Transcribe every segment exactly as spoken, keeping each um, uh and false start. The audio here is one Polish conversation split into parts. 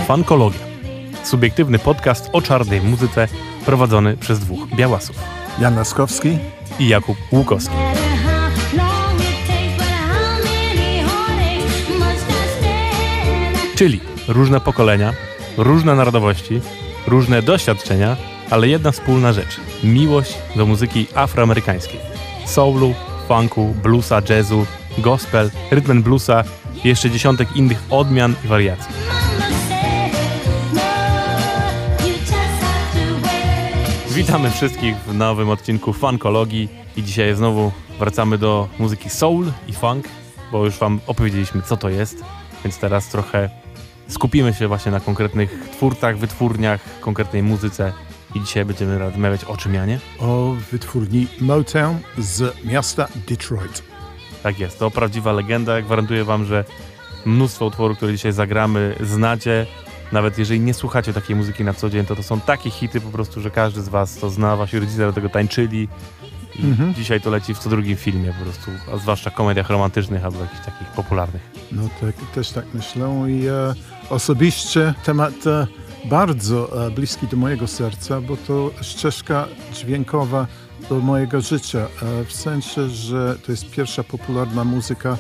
Funkologia. Subiektywny podcast o czarnej muzyce prowadzony przez dwóch białasów. Jan Laskowski i Jakub Łukowski. Czyli różne pokolenia, różne narodowości, różne doświadczenia, ale jedna wspólna rzecz. Miłość do muzyki afroamerykańskiej. Soulu, funku, bluesa, jazzu, gospel, rhythm and bluesa i jeszcze dziesiątek innych odmian i wariacji. Witamy wszystkich w nowym odcinku Funkologii i dzisiaj znowu wracamy do muzyki soul i funk, bo już wam opowiedzieliśmy, co to jest, więc teraz trochę skupimy się właśnie na konkretnych twórcach, wytwórniach, konkretnej muzyce i dzisiaj będziemy rozmawiać o czym, Janie? O wytwórni Motown z miasta Detroit. Tak jest, to prawdziwa legenda. Gwarantuję wam, że mnóstwo utworów, które dzisiaj zagramy, znacie. Nawet jeżeli nie słuchacie takiej muzyki na co dzień, to to są takie hity po prostu, że każdy z was to zna, wasi rodzice do tego tańczyli. I mhm. Dzisiaj to leci w co drugim filmie po prostu, a zwłaszcza komediach romantycznych albo jakichś takich popularnych. No tak, też tak myślę i e, osobiście temat e, bardzo e, bliski do mojego serca, bo to ścieżka dźwiękowa do mojego życia, e, w sensie, że to jest pierwsza popularna muzyka,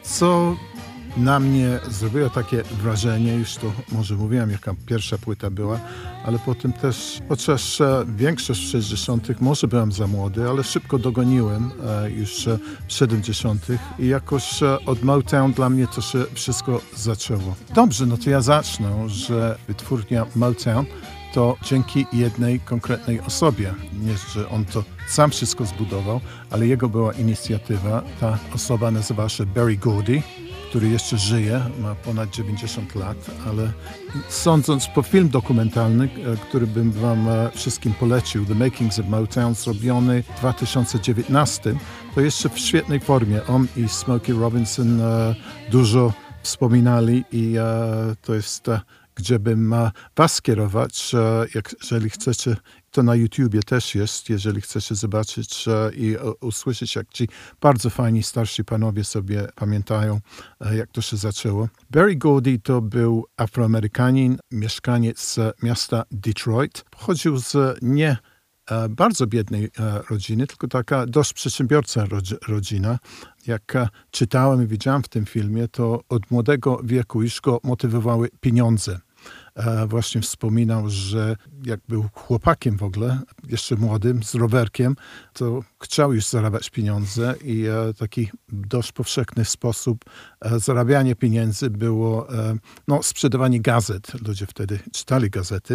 co na mnie zrobiło takie wrażenie, już to może mówiłem, jaka pierwsza płyta była, ale potem też, chociaż e, większość w sześćdziesiątych może byłem za młody, ale szybko dogoniłem e, już e, w siedemdziesiątych i jakoś e, od Motown dla mnie to się wszystko zaczęło. Dobrze, no to ja zacznę, że wytwórnia Motown to dzięki jednej konkretnej osobie. Nie, że on to sam wszystko zbudował, ale jego była inicjatywa. Ta osoba nazywa się Berry Gordy, który jeszcze żyje, ma ponad dziewięćdziesiąt lat, ale sądząc po film dokumentalny, który bym wam wszystkim polecił, The Makings of Motown, zrobiony w dwa tysiące dziewiętnastym, to jeszcze w świetnej formie. On i Smokey Robinson dużo wspominali i to jest, gdzie bym was skierować, jeżeli chcecie. To na YouTubie też jest, jeżeli chcecie zobaczyć i usłyszeć, jak ci bardzo fajni starsi panowie sobie pamiętają, jak to się zaczęło. Berry Gordy to był Afroamerykanin, mieszkaniec miasta Detroit. Pochodził z nie bardzo biednej rodziny, tylko taka dość przedsiębiorcza rodzina. Jak czytałem i widziałem w tym filmie, to od młodego wieku już go motywowały pieniądze. Właśnie wspominał, że jak był chłopakiem w ogóle, jeszcze młodym, z rowerkiem, to chciał już zarabiać pieniądze i taki dość powszechny sposób zarabiania pieniędzy było no, sprzedawanie gazet. Ludzie wtedy czytali gazety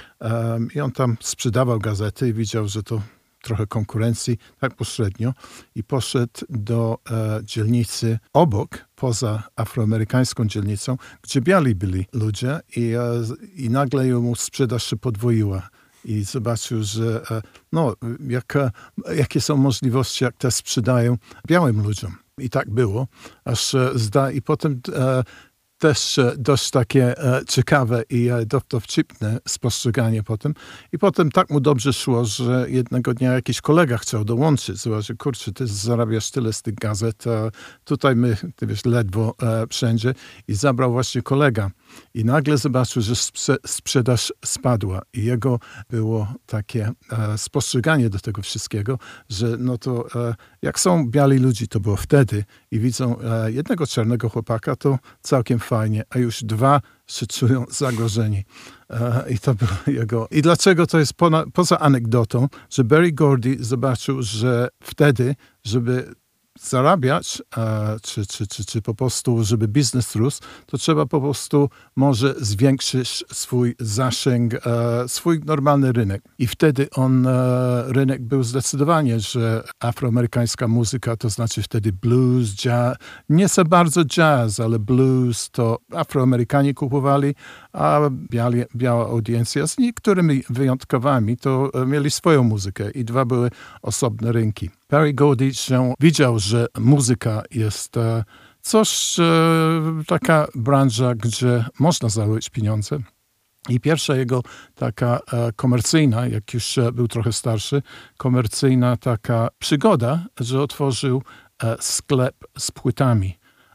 i on tam sprzedawał gazety i widział, że to trochę konkurencji, tak pośrednio, i poszedł do e, dzielnicy obok, poza afroamerykańską dzielnicą, gdzie biali byli ludzie i, e, i nagle mu sprzedaż się podwoiła. I zobaczył, że e, no, jak, e, jakie są możliwości, jak te sprzedają białym ludziom. I tak było, aż e, zda i potem e, też dość takie e, ciekawe i e, dowcipne spostrzeganie potem. I potem tak mu dobrze szło, że jednego dnia jakiś kolega chciał dołączyć. Zobaczył, kurczę, ty zarabiasz tyle z tych gazet, a tutaj my, ty wiesz, ledwo e, wszędzie. I zabrał właśnie kolega. I nagle zobaczył, że sprze- sprzedaż spadła. I jego było takie e, spostrzeganie do tego wszystkiego, że no to e, jak są biali ludzie, to było wtedy, i widzą e, jednego czarnego chłopaka, to całkiem fajnie, a już dwa się czują zagrożeni. E, I to było jego. I dlaczego to jest pona- poza anegdotą, że Berry Gordy zobaczył, że wtedy, żeby zarabiać, e, czy, czy, czy, czy po prostu, żeby biznes rósł, to trzeba po prostu może zwiększyć swój zasięg, e, swój normalny rynek. I wtedy on, e, rynek był zdecydowanie, że afroamerykańska muzyka, to znaczy wtedy blues, jazz, nie za bardzo jazz, ale blues to Afroamerykanie kupowali, a biali, biała audiencja z niektórymi wyjątkowami to mieli swoją muzykę i dwa były osobne rynki. Berry Gordy się widział, że muzyka jest e, coś, e, taka branża, gdzie można zarobić pieniądze. I pierwsza jego taka e, komercyjna, jak już e, był trochę starszy, komercyjna taka przygoda, że otworzył e, sklep z płytami.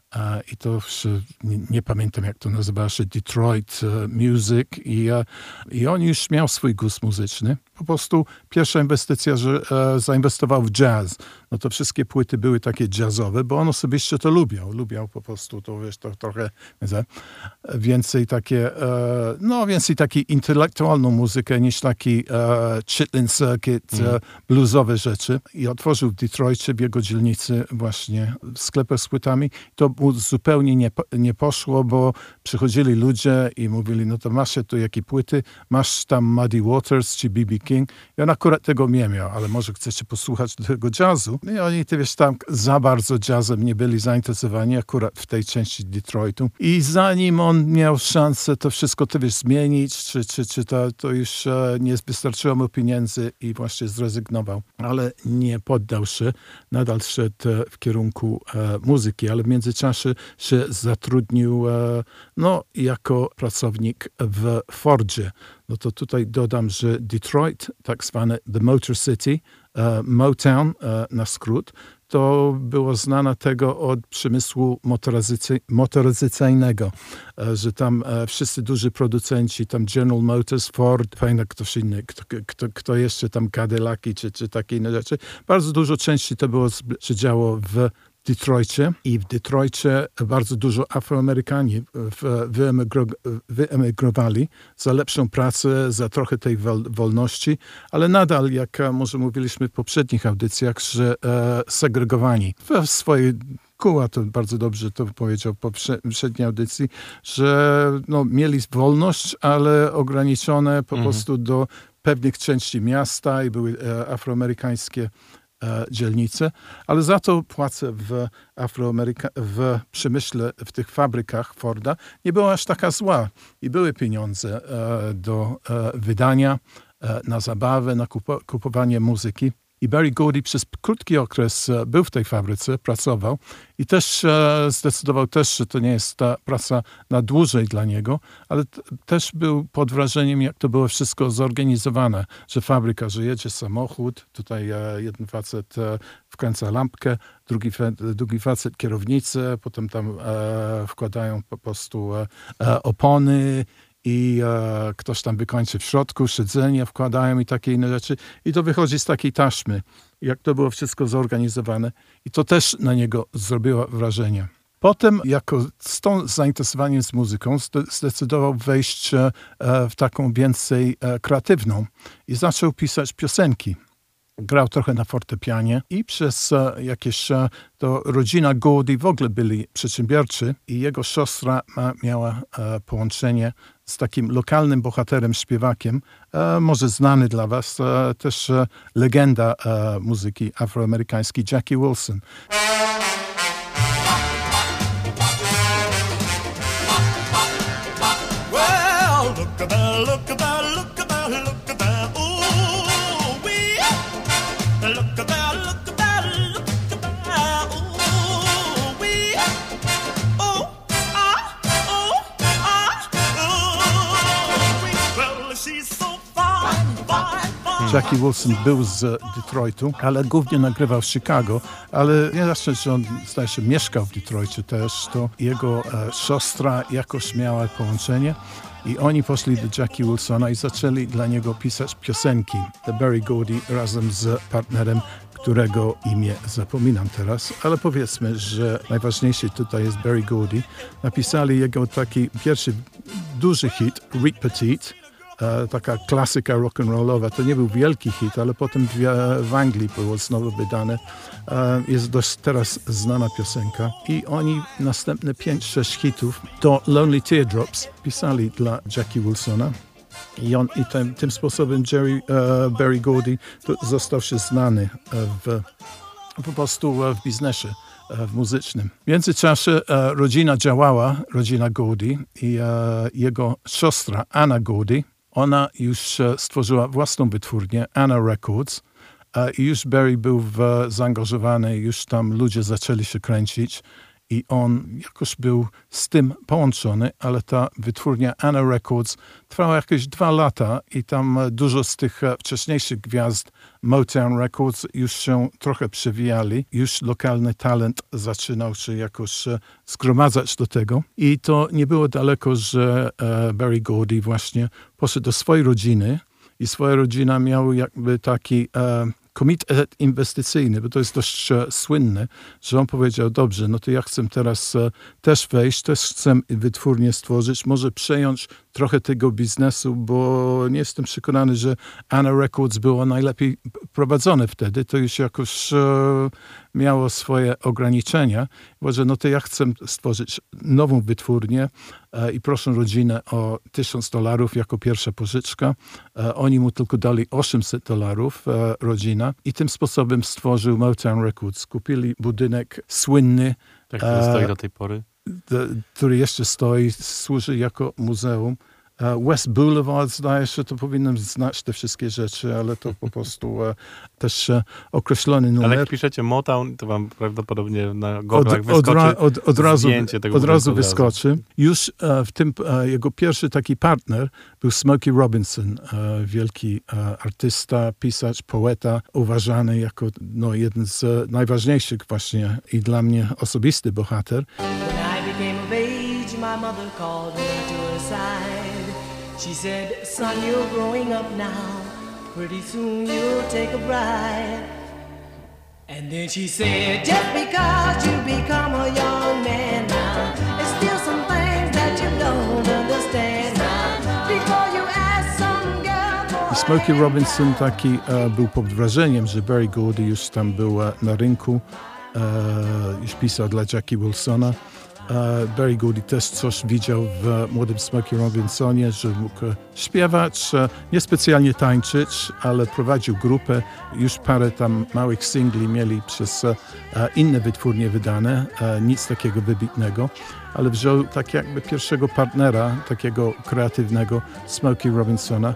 i to nie, nie pamiętam jak to nazywa się, Detroit Music i, i on już miał swój gust muzyczny. Po prostu pierwsza inwestycja, że e, zainwestował w jazz. No to wszystkie płyty były takie jazzowe, bo on osobiście to lubiał. Lubiał po prostu to, wiesz, to trochę więcej takie, e, no więcej takiej intelektualną muzykę niż taki e, Chitlin Circuit, mm. e, bluesowe rzeczy. I otworzył w Detroicie, w jego dzielnicy właśnie sklep z płytami. To mu zupełnie nie, nie poszło, bo przychodzili ludzie i mówili, no to masz tu jakie płyty, masz tam Muddy Waters czy B B King. I on akurat tego nie miał, ale może chcecie posłuchać tego jazzu. I oni, ty wiesz, tam za bardzo jazzem nie byli zainteresowani akurat w tej części Detroitu. I zanim on miał szansę to wszystko, ty wiesz, zmienić, czy, czy, czy to, to już e, nie wystarczyło mu pieniędzy i właśnie zrezygnował. Ale nie poddał się. Nadal szedł w kierunku e, muzyki, ale w międzyczasie się zatrudnił e, no, jako pracownik w Fordzie. No to tutaj dodam, że Detroit, tak zwane The Motor City, uh, Motown uh, na skrót, to było znane tego od przemysłu motoryzacy- motoryzacyjnego, uh, że tam uh, wszyscy duży producenci, tam General Motors, Ford, fajnie ktoś inny, kto, kto, kto jeszcze tam Cadillaki czy, czy takie inne rzeczy. Bardzo dużo części to było, się działo w Detroicie i w Detroicie bardzo dużo Afroamerykanie wyemigro- wyemigrowali za lepszą pracę, za trochę tej wol- wolności, ale nadal, jak może mówiliśmy w poprzednich audycjach, że e, segregowani w swojej Kuła to bardzo dobrze to powiedział w poprzedniej audycji, że no, mieli wolność, ale ograniczone po mhm. prostu do pewnych części miasta i były e, afroamerykańskie e, dzielnice, ale za to płaca w, Afroameryka- w przemyśle, w tych fabrykach Forda nie była aż taka zła i były pieniądze e, do e, wydania, e, na zabawę, na kupo- kupowanie muzyki. I Berry Gordy przez krótki okres był w tej fabryce, pracował i też e, zdecydował też, że to nie jest ta praca na dłużej dla niego, ale t- też był pod wrażeniem, jak to było wszystko zorganizowane, że fabryka, że jedzie samochód, tutaj e, jeden facet e, wkręca lampkę, drugi, fe- drugi facet kierownicę, potem tam e, wkładają po prostu e, e, opony, i e, ktoś tam wykończy w środku, siedzenie wkładają i takie inne rzeczy. I to wychodzi z takiej taśmy, jak to było wszystko zorganizowane. I to też na niego zrobiło wrażenie. Potem, jako z tą zainteresowaniem z muzyką, zdecydował wejść e, w taką więcej e, kreatywną i zaczął pisać piosenki. Grał trochę na fortepianie i przez e, jakieś, e, to rodzina Gordy w ogóle byli przedsiębiorczy i jego siostra ma, miała e, połączenie z takim lokalnym bohaterem, śpiewakiem, e, może znany dla was, e, też e, legenda e, muzyki afroamerykańskiej, Jackie Wilson. Well, look at that, look at that, look at that, look at that, ooh, wee. Look at that, look at that, look at that, ooh, wee. Oh, ah, oh, ah, ooh, wee. Well, she's so fine, fine, fine. Jackie Wilson był z Detroitu, ale głównie nagrywał w Chicago, ale nie zawsze, że on zdaje się mieszkał w Detroicie też, to jego e, siostra jakoś miała połączenie i oni poszli do Jackie Wilsona i zaczęli dla niego pisać piosenki. The Berry Gordy razem z partnerem, którego imię zapominam teraz, ale powiedzmy, że najważniejszy tutaj jest Berry Gordy. Napisali jego taki pierwszy duży hit, Rick Petite, e, taka klasyka rock'n'rollowa. To nie był wielki hit, ale potem w, w Anglii było znowu wydane. E, jest dość teraz znana piosenka. I oni następne pięć sześć hitów to Lonely Teardrops pisali dla Jackie Wilsona. I, on, i tym, tym sposobem Jerry, e, Berry Gordy to został się znany w, po prostu w biznesie, w muzycznym. W międzyczasie e, rodzina działała, rodzina Gordy i e, jego siostra Anna Gordy, ona już e, stworzyła własną wytwórnię, Anna Records, e, i już Berry był w, zaangażowany, już tam ludzie zaczęli się kręcić i on jakoś był z tym połączony, ale ta wytwórnia Anna Records trwała jakieś dwa lata i tam dużo z tych wcześniejszych gwiazd Motown Records już się trochę przewijali. Już lokalny talent zaczynał się jakoś zgromadzać do tego. I to nie było daleko, że Berry Gordy właśnie poszedł do swojej rodziny i swoja rodzina miała jakby taki komitet inwestycyjny, bo to jest dość e, słynne, że on powiedział, dobrze, no to ja chcę teraz e, też wejść, też chcę wytwórnię stworzyć, może przejąć trochę tego biznesu, bo nie jestem przekonany, że Anna Records było najlepiej prowadzone wtedy, to już jakoś e, miało swoje ograniczenia. Może no to ja chcę stworzyć nową wytwórnię e, i proszę rodzinę o tysiąc dolarów jako pierwsza pożyczka. E, oni mu tylko dali osiemset dolarów, e, rodzina, i tym sposobem stworzył Motown Records. Kupili budynek słynny, Tak, który stoi do tej pory. d- który jeszcze stoi, służy jako muzeum. E, West Boulevard, zdaje się, to powinienem znać te wszystkie rzeczy, ale to po prostu e, też e, określony numer. Ale jak piszecie Motown, to wam prawdopodobnie na Google'ach Od, wyskoczy od, ra, od, od razu, zdjęcie tego od razu budynku wyskoczy. Już e, w tym e, jego pierwszy taki partner był Smokey Robinson, e, wielki e, artysta, pisarz, poeta, uważany jako no, jeden z e, najważniejszych właśnie i dla mnie osobisty bohater. When I became of age, my mother called me to her side. She said, son, you're growing up now. Pretty soon you'll take a bride. And then she said, just because you become a young man now, there's still some things that you don't understand now. Before you ask some girl for I Smokey Robinson taki e, był pod wrażeniem, że Berry Gordy już tam był e, na rynku, e, już pisał dla Jackie Wilsona. E, Berry Gordy też coś widział w młodym Smokey Robinsonie, że mógł e, śpiewać, e, niespecjalnie tańczyć, ale prowadził grupę. Już parę tam małych singli mieli przez e, inne wytwórnie wydane, e, nic takiego wybitnego, ale wziął tak jakby pierwszego partnera, takiego kreatywnego, Smokey Robinsona.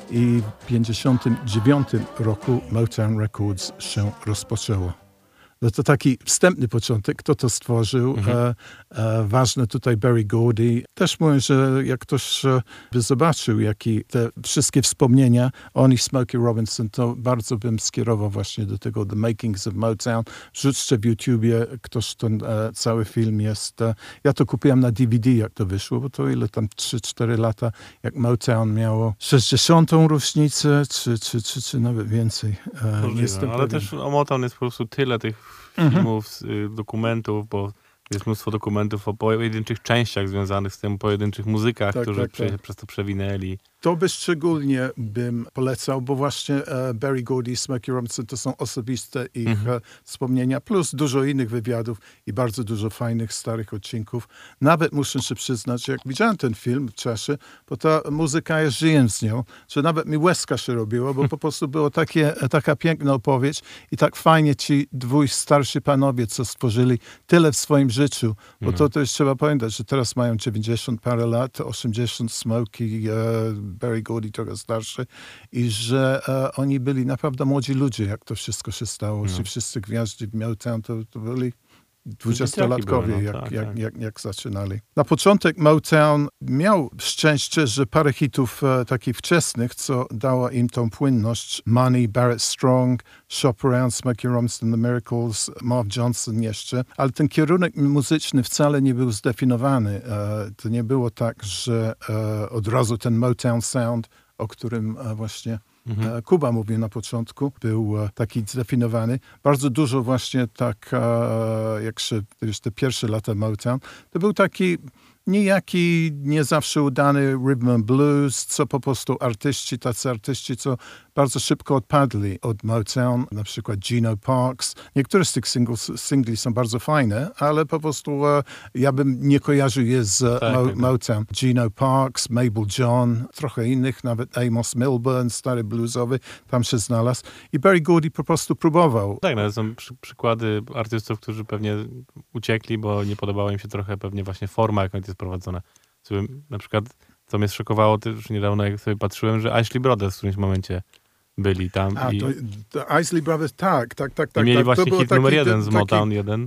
I w pięćdziesiątym dziewiątym roku Motown Records się rozpoczęło. No to taki wstępny początek, kto to stworzył. Mhm. E, e, ważne tutaj Berry Gordy. Też mówię, że jak ktoś e, by zobaczył, jakie te wszystkie wspomnienia, on i Smokey Robinson, to bardzo bym skierował właśnie do tego The Makings of Motown. Rzućcie w YouTubie, ktoś ten e, cały film jest. E, ja to kupiłem na D V D, jak to wyszło, bo to ile tam trzy cztery lata, jak Motown miało sześćdziesiątą rocznicę, czy, czy, czy, czy nawet więcej. E, Możliwe, jestem ale pewien. też o Motown jest po prostu tyle tych filmów, y, dokumentów, bo jest mnóstwo dokumentów o pojedynczych częściach związanych z tym, pojedynczych muzykach, Tak, którzy tak, prze, tak. przez to przewinęli. To by szczególnie bym polecał, bo właśnie e, Berry Gordy i Smokey Robinson to są osobiste ich Mhm. e, wspomnienia, plus dużo innych wywiadów i bardzo dużo fajnych, starych odcinków. Nawet muszę się przyznać, jak widziałem ten film w czasie, bo ta muzyka, ja żyję z nią, że nawet mi łezka się robiła, bo po prostu było takie, taka piękna opowieść i tak fajnie ci dwój starsi panowie, co stworzyli tyle w swoim życiu, bo to też trzeba pamiętać, że teraz mają dziewięćdziesiąt parę lat, osiemdziesiąt Smokey, e, Berry Gordy trochę starszy i że e, oni byli naprawdę młodzi ludzie, jak to wszystko się stało. Że wszyscy gwiazdy w Motown to, to byli dwudziestolatkowie, były, no, jak, tak, jak, tak. Jak, jak zaczynali. Na początek Motown miał szczęście, że parę hitów e, takich wczesnych, co dała im tą płynność. Money, Barrett Strong, Shop Around, Smokey Robinson, The Miracles, Marv Johnson jeszcze. Ale ten kierunek muzyczny wcale nie był zdefiniowany. E, to nie było tak, że e, od razu ten Motown Sound, o którym e, właśnie Mhm. Kuba mówił na początku, był taki zdefiniowany. Bardzo dużo właśnie tak, jak się, już te pierwsze lata Motown, to był taki niejaki, nie zawsze udany rhythm and blues, co po prostu artyści, tacy artyści, co bardzo szybko odpadli od Motown, na przykład Gino Parks. Niektóre z tych singles, singli są bardzo fajne, ale po prostu e, ja bym nie kojarzył je z Tak, Mo- tak. Motown. Gino Parks, Mabel John, trochę innych, nawet Amos Milburn, stary bluesowy, tam się znalazł. I Berry Gordy po prostu próbował. Tak, no, są przy, przykłady artystów, którzy pewnie uciekli, bo nie podobała im się trochę pewnie właśnie forma, jak jest prowadzona. Sobie, na przykład, co mnie szokowało też niedawno, jak sobie patrzyłem, że Ashley Brothers w którymś momencie byli tam A, i, to, to Isley Brothers, tak, tak, tak, i tak. mieli tak. właśnie to było hit taki- numer jeden z taki- Motown jeden.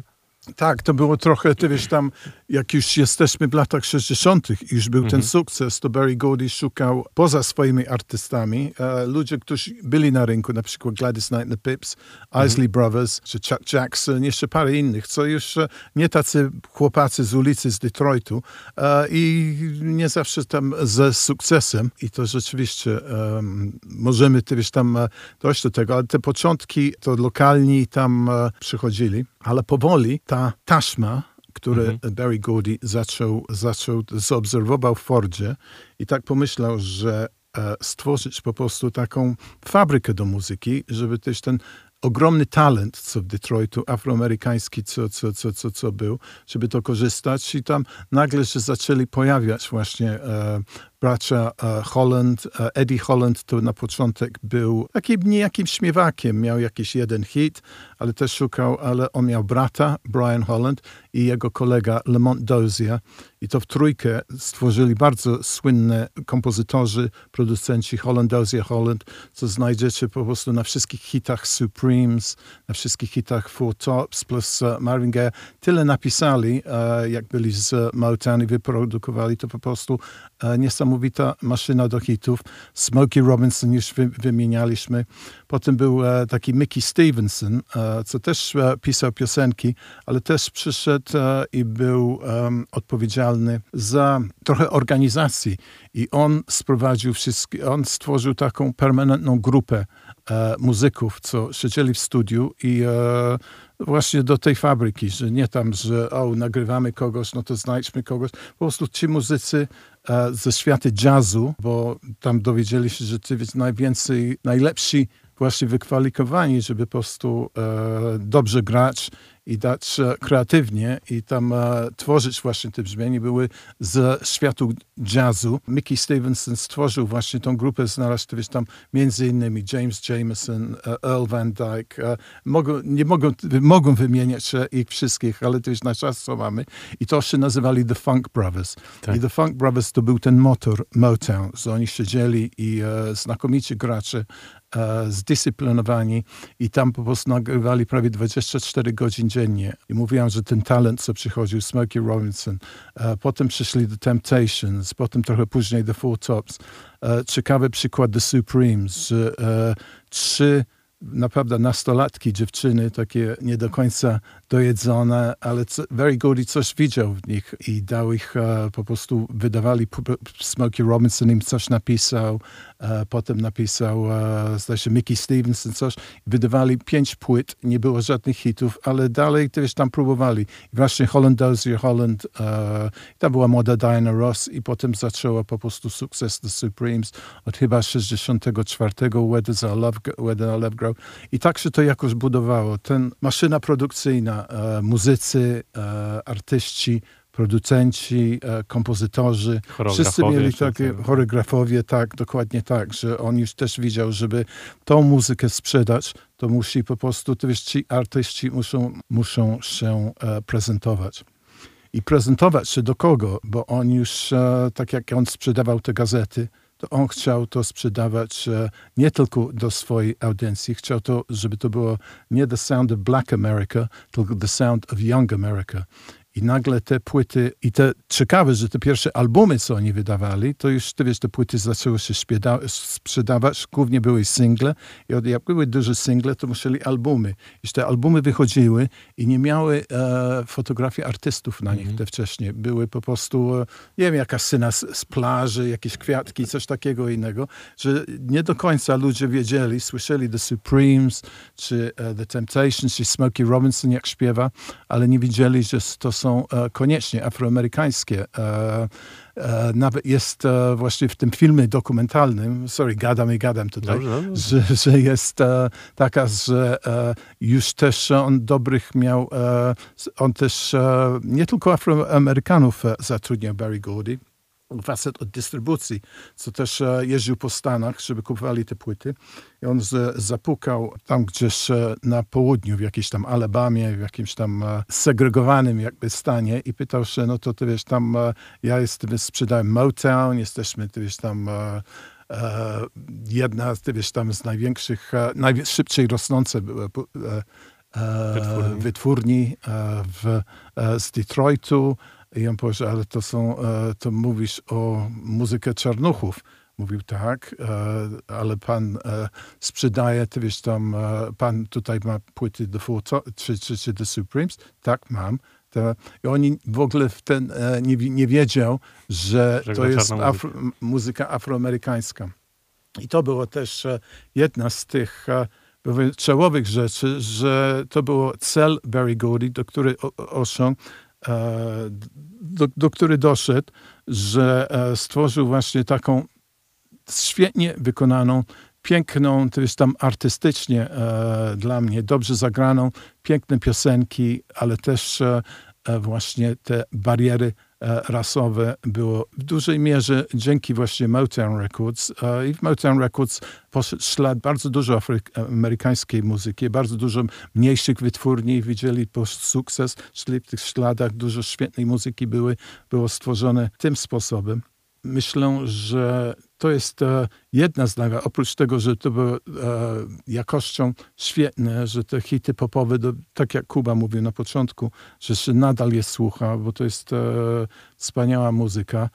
Tak, to było trochę, ty wiesz, tam, jak już jesteśmy w latach sześćdziesiątych i już był ten sukces, to Berry Gordy szukał poza swoimi artystami e, ludzie, którzy byli na rynku, na przykład Gladys Knight and the Pips, Isley Brothers, czy Chuck Jackson, jeszcze parę innych, co już e, nie tacy chłopacy z ulicy z Detroitu e, i nie zawsze tam ze sukcesem i to rzeczywiście e, możemy, ty wiesz, tam e, dojść do tego, ale te początki to lokalni tam e, przychodzili, ale powoli ta taśma, którą mhm. Berry Gordy zaczął, zaczął, zaobserwował w Fordzie i tak pomyślał, że e, stworzyć po prostu taką fabrykę do muzyki, żeby też ten ogromny talent, co w Detroitu, afroamerykański, co, co, co, co, co był, żeby to korzystać i tam nagle się zaczęli pojawiać właśnie e, bracia e, Holland. E, Eddie Holland to na początek był takim niejakim śmiewakiem, miał jakiś jeden hit, ale też szukał, ale on miał brata, Brian Holland i jego kolega Lamont Dozier i to w trójkę stworzyli bardzo słynne kompozytorzy, producenci Holland, Dozier, Holland, co znajdziecie po prostu na wszystkich hitach Supremes, na wszystkich hitach Four Tops plus uh, Marvin Gaye. Tyle napisali, uh, jak byli z Motown i wyprodukowali to po prostu uh, niesamowita maszyna do hitów. Smokey Robinson już wy, wymienialiśmy. Potem był e, taki Mickey Stevenson, e, co też e, pisał piosenki, ale też przyszedł e, i był e, odpowiedzialny za trochę organizacji. I on sprowadził wszystkie, on stworzył taką permanentną grupę e, muzyków, co siedzieli w studiu i e, właśnie do tej fabryki, że nie tam, że o, nagrywamy kogoś, no to znajdźmy kogoś. Po prostu ci muzycy e, ze świata jazzu, bo tam dowiedzieli się, że ty wiesz, najwięcej, najlepsi właśnie wykwalifikowani, żeby po prostu e, dobrze grać i dać e, kreatywnie i tam e, tworzyć właśnie te brzmienie, były z światu jazzu. Mickey Stevenson stworzył właśnie tą grupę, znalazł to, wiesz, tam między innymi James Jamerson, e, Earl Van Dyke. E, mogą, nie mogą, mogą wymieniać e, ich wszystkich, ale to już na czas, co mamy. I to się nazywali The Funk Brothers. Tak. I The Funk Brothers to był ten motor Motown, że oni siedzieli i e, znakomici gracze, e, zdyscyplinowani i tam po prostu nagrywali prawie dwadzieścia cztery godzin dziennie. I mówiłem, że ten talent, co przychodził, Smokey Robinson, e, potem przyszli The Temptations, potem trochę później The Four Tops. E, ciekawy przykład The Supremes, że e, trzy naprawdę nastolatki, dziewczyny, takie nie do końca dojedzone, ale co, Berry Gordy coś widział w nich i dał ich, e, po prostu wydawali, Smokey Robinson im coś napisał, e, potem napisał, e, zdaje się, Mickey Stevenson coś, wydawali pięć płyt, nie było żadnych hitów, ale dalej też tam próbowali. I właśnie Holland, Dozier, Holland, e, tam była młoda Diana Ross i potem zaczęła po prostu sukces The Supremes od chyba sześćdziesiątego czwartego Where Does Our Love Go, Where Does Our Love Grow. I tak się to jakoś budowało. Ten maszyna produkcyjna, e, muzycy, e, artyści, producenci, e, kompozytorzy, wszyscy mieli takie, choreografowie, tak, dokładnie tak, że on już też widział, żeby tą muzykę sprzedać, to musi po prostu, to wiesz, ci artyści muszą, muszą się e, prezentować. I prezentować się do kogo? Bo on już, e, tak jak on sprzedawał te gazety, to on chciał to sprzedawać e, nie tylko do swojej audiencji, chciał to, żeby to było nie The Sound of Black America, tylko The Sound of Young America. I nagle te płyty, i te ciekawe, że te pierwsze albumy, co oni wydawali, to już, ty wiesz, te płyty zaczęły się śpieda- sprzedawać, głównie były single i jak były duże single, to musieli albumy. I te albumy wychodziły i nie miały e, fotografii artystów na nich mm-hmm. te wcześniej. Były po prostu, e, nie wiem, jaka scena z, z plaży, jakieś kwiatki, coś takiego innego, że nie do końca ludzie wiedzieli, słyszeli The Supremes, czy e, The Temptations, czy Smokey Robinson, jak śpiewa, ale nie widzieli, że to są są e, koniecznie afroamerykańskie. E, e, nawet jest e, właśnie w tym filmie dokumentalnym, sorry, gadam i gadam tutaj, dobrze, dobrze. Że, że jest e, taka, że e, już też on dobrych miał, e, on też e, nie tylko Afroamerykanów e, zatrudniał Berry Gordy, facet od dystrybucji, co też e, jeździł po Stanach, żeby kupowali te płyty. I on z, zapukał tam gdzieś e, na południu, w jakiejś tam Alabamie, w jakimś tam e, segregowanym jakby stanie i pytał się, no to ty wiesz, tam e, ja jestem, sprzedałem Motown, jesteśmy, ty wiesz, tam e, e, jedna, ty wiesz, tam z największych, e, najszybciej rosnące były e, e, Wytwórni. wytwórni e, w, e, z Detroitu. I on powiedział, ale to są, e, to mówisz o muzykę czarnuchów. Mówił tak, e, ale pan e, sprzedaje, ty wiesz tam, e, pan tutaj ma płyty The Four Tops, czy, czy, czy The Supremes? Tak, mam. To, i oni w ogóle w ten, e, nie, nie wiedział, że, Że to gra jest czarna afro, m- muzyka afroamerykańska. I to było też e, jedna z tych e, powiem, czołowych rzeczy, że to było cel Berry Gordy, do której o- o- osiągł, e, do, do której doszedł, że e, stworzył właśnie taką świetnie wykonaną, piękną, to jest tam artystycznie e, dla mnie, dobrze zagraną, piękne piosenki, ale też e, e, właśnie te bariery e, rasowe było w dużej mierze dzięki właśnie Motown Records. E, I w Motown Records poszedł ślad bardzo dużo afroamerykańskiej muzyki, bardzo dużo mniejszych wytwórni, widzieli po sukces, szli w tych śladach, dużo świetnej muzyki były, było stworzone tym sposobem. Myślę, że to jest e, jedna z nagród. Oprócz tego, że to było e, jakością świetne, że te hity popowe, do, tak jak Kuba mówił na początku, że się nadal je słucha, bo to jest e, wspaniała muzyka,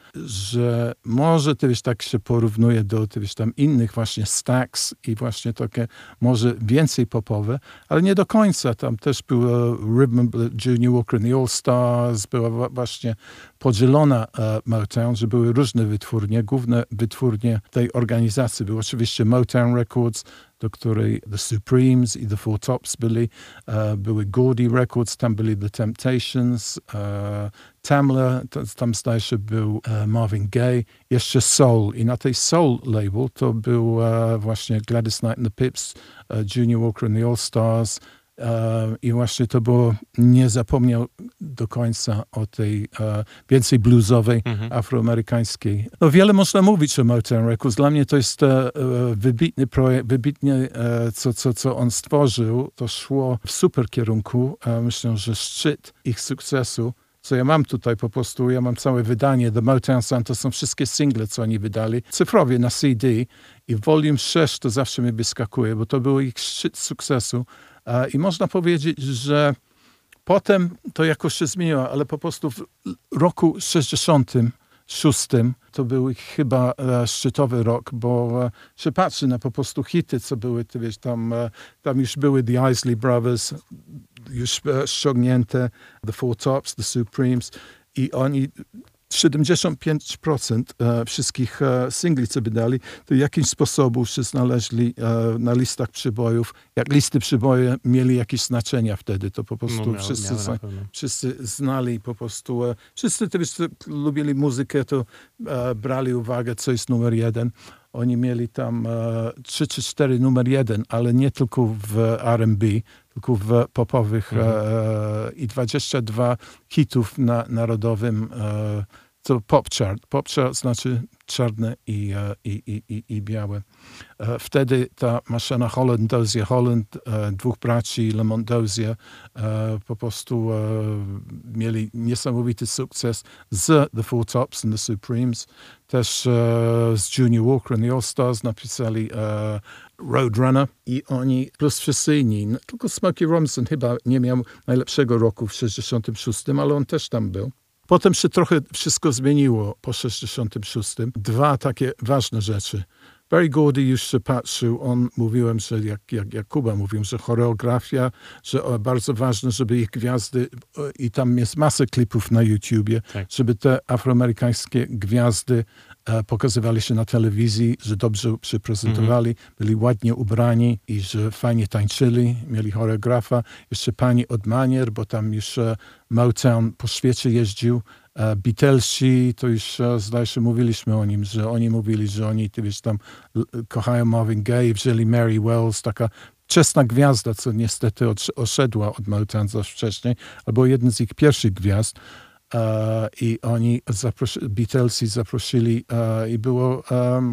że może to wiesz, tak się porównuje do to, wiesz, tam innych właśnie Stax i właśnie takie może więcej popowe, ale nie do końca. Tam też był e, Rhythm and Blues, Junior Walker and the All Stars, była wa- właśnie podzielona e, Motown, że były różne wytwórnie, główne wytwórnie tej organizacji były oczywiście Motown Records, do której The Supremes i The Four Tops byli, e, były Gordy Records, tam byli The Temptations, e, Tamla, to, tam zdaje się był e, Marvin Gaye, jeszcze Soul i na tej Soul label to był e, właśnie Gladys Knight and the Pips, e, Junior Walker and the All Stars, E, I właśnie to było, nie zapomniał do końca o tej e, więcej bluesowej, Mhm. afroamerykańskiej. No wiele można mówić o Motown Records. Dla mnie to jest e, wybitny projekt, wybitnie e, co, co, co on stworzył. To szło w super kierunku. E, myślę, że szczyt ich sukcesu, co ja mam tutaj po prostu, ja mam całe wydanie The Motown Sound, to są wszystkie single, co oni wydali, cyfrowie na C D i Volume sześć to zawsze mi wyskakuje, bo to był ich szczyt sukcesu. I można powiedzieć, że potem to jakoś się zmieniło, ale po prostu w roku sześćdziesiątym szóstym to był ich chyba e, szczytowy rok, bo e, się patrzy na po prostu hity, co były, ty wiesz, tam, e, tam już były The Isley Brothers, już e, ściągnięte, The Four Tops, The Supremes i oni siedemdziesiąt pięć procent e, wszystkich e, singli, co wydali, to w jakimś sposobu się znaleźli e, na listach przybojów. Jak listy przyboje mieli jakieś znaczenia wtedy, to po prostu No, miał, wszyscy, miał zna, na pewno. wszyscy wszyscy znali po prostu. E, wszyscy te, wiesz, co, lubili muzykę, to e, brali uwagę, co jest numer jeden. Oni mieli tam e, trzy czy cztery numer jeden, ale nie tylko w R and B, tylko w popowych Mhm. e, i dwadzieścia dwa hitów na narodowym e, to pop chart. Pop chart znaczy czarne i, e, i, i, i, i białe. E, wtedy ta maszyna Holland, Dozier Holland, e, dwóch braci Lamont Dozier e, po prostu e, mieli niesamowity sukces z The Four Tops and The Supremes. Też e, z Junior Walker and the All Stars napisali e, Roadrunner i oni, plus wszyscy inni, no, tylko Smokey Robinson chyba nie miał najlepszego roku w sześćdziesiątym szóstym, ale on też tam był. Potem się trochę wszystko zmieniło po sześćdziesiątym szóstym. Dwa takie ważne rzeczy. Berry Gordy już się patrzył, on mówiłem, że jak, jak, jak Kuba mówił, że choreografia, że o, bardzo ważne, żeby ich gwiazdy, o, i tam jest masę klipów na YouTubie, Tak. żeby te afroamerykańskie gwiazdy e, pokazywali się na telewizji, że dobrze się prezentowali, byli ładnie ubrani i że fajnie tańczyli, mieli choreografa, jeszcze pani od manier, bo tam już e, Motown po świecie jeździł. E, Beatlesi, to już e, zdaje się mówiliśmy o nim, że oni mówili, że oni ty wiesz, tam l- kochają Marvin Gaye, wzięli Mary Wells, taka wczesna gwiazda, co niestety odsz- oszedła od Motown zaś wcześniej, albo jeden z ich pierwszych gwiazd. E, I oni zaprosi- Beatlesi zaprosili e, i było um,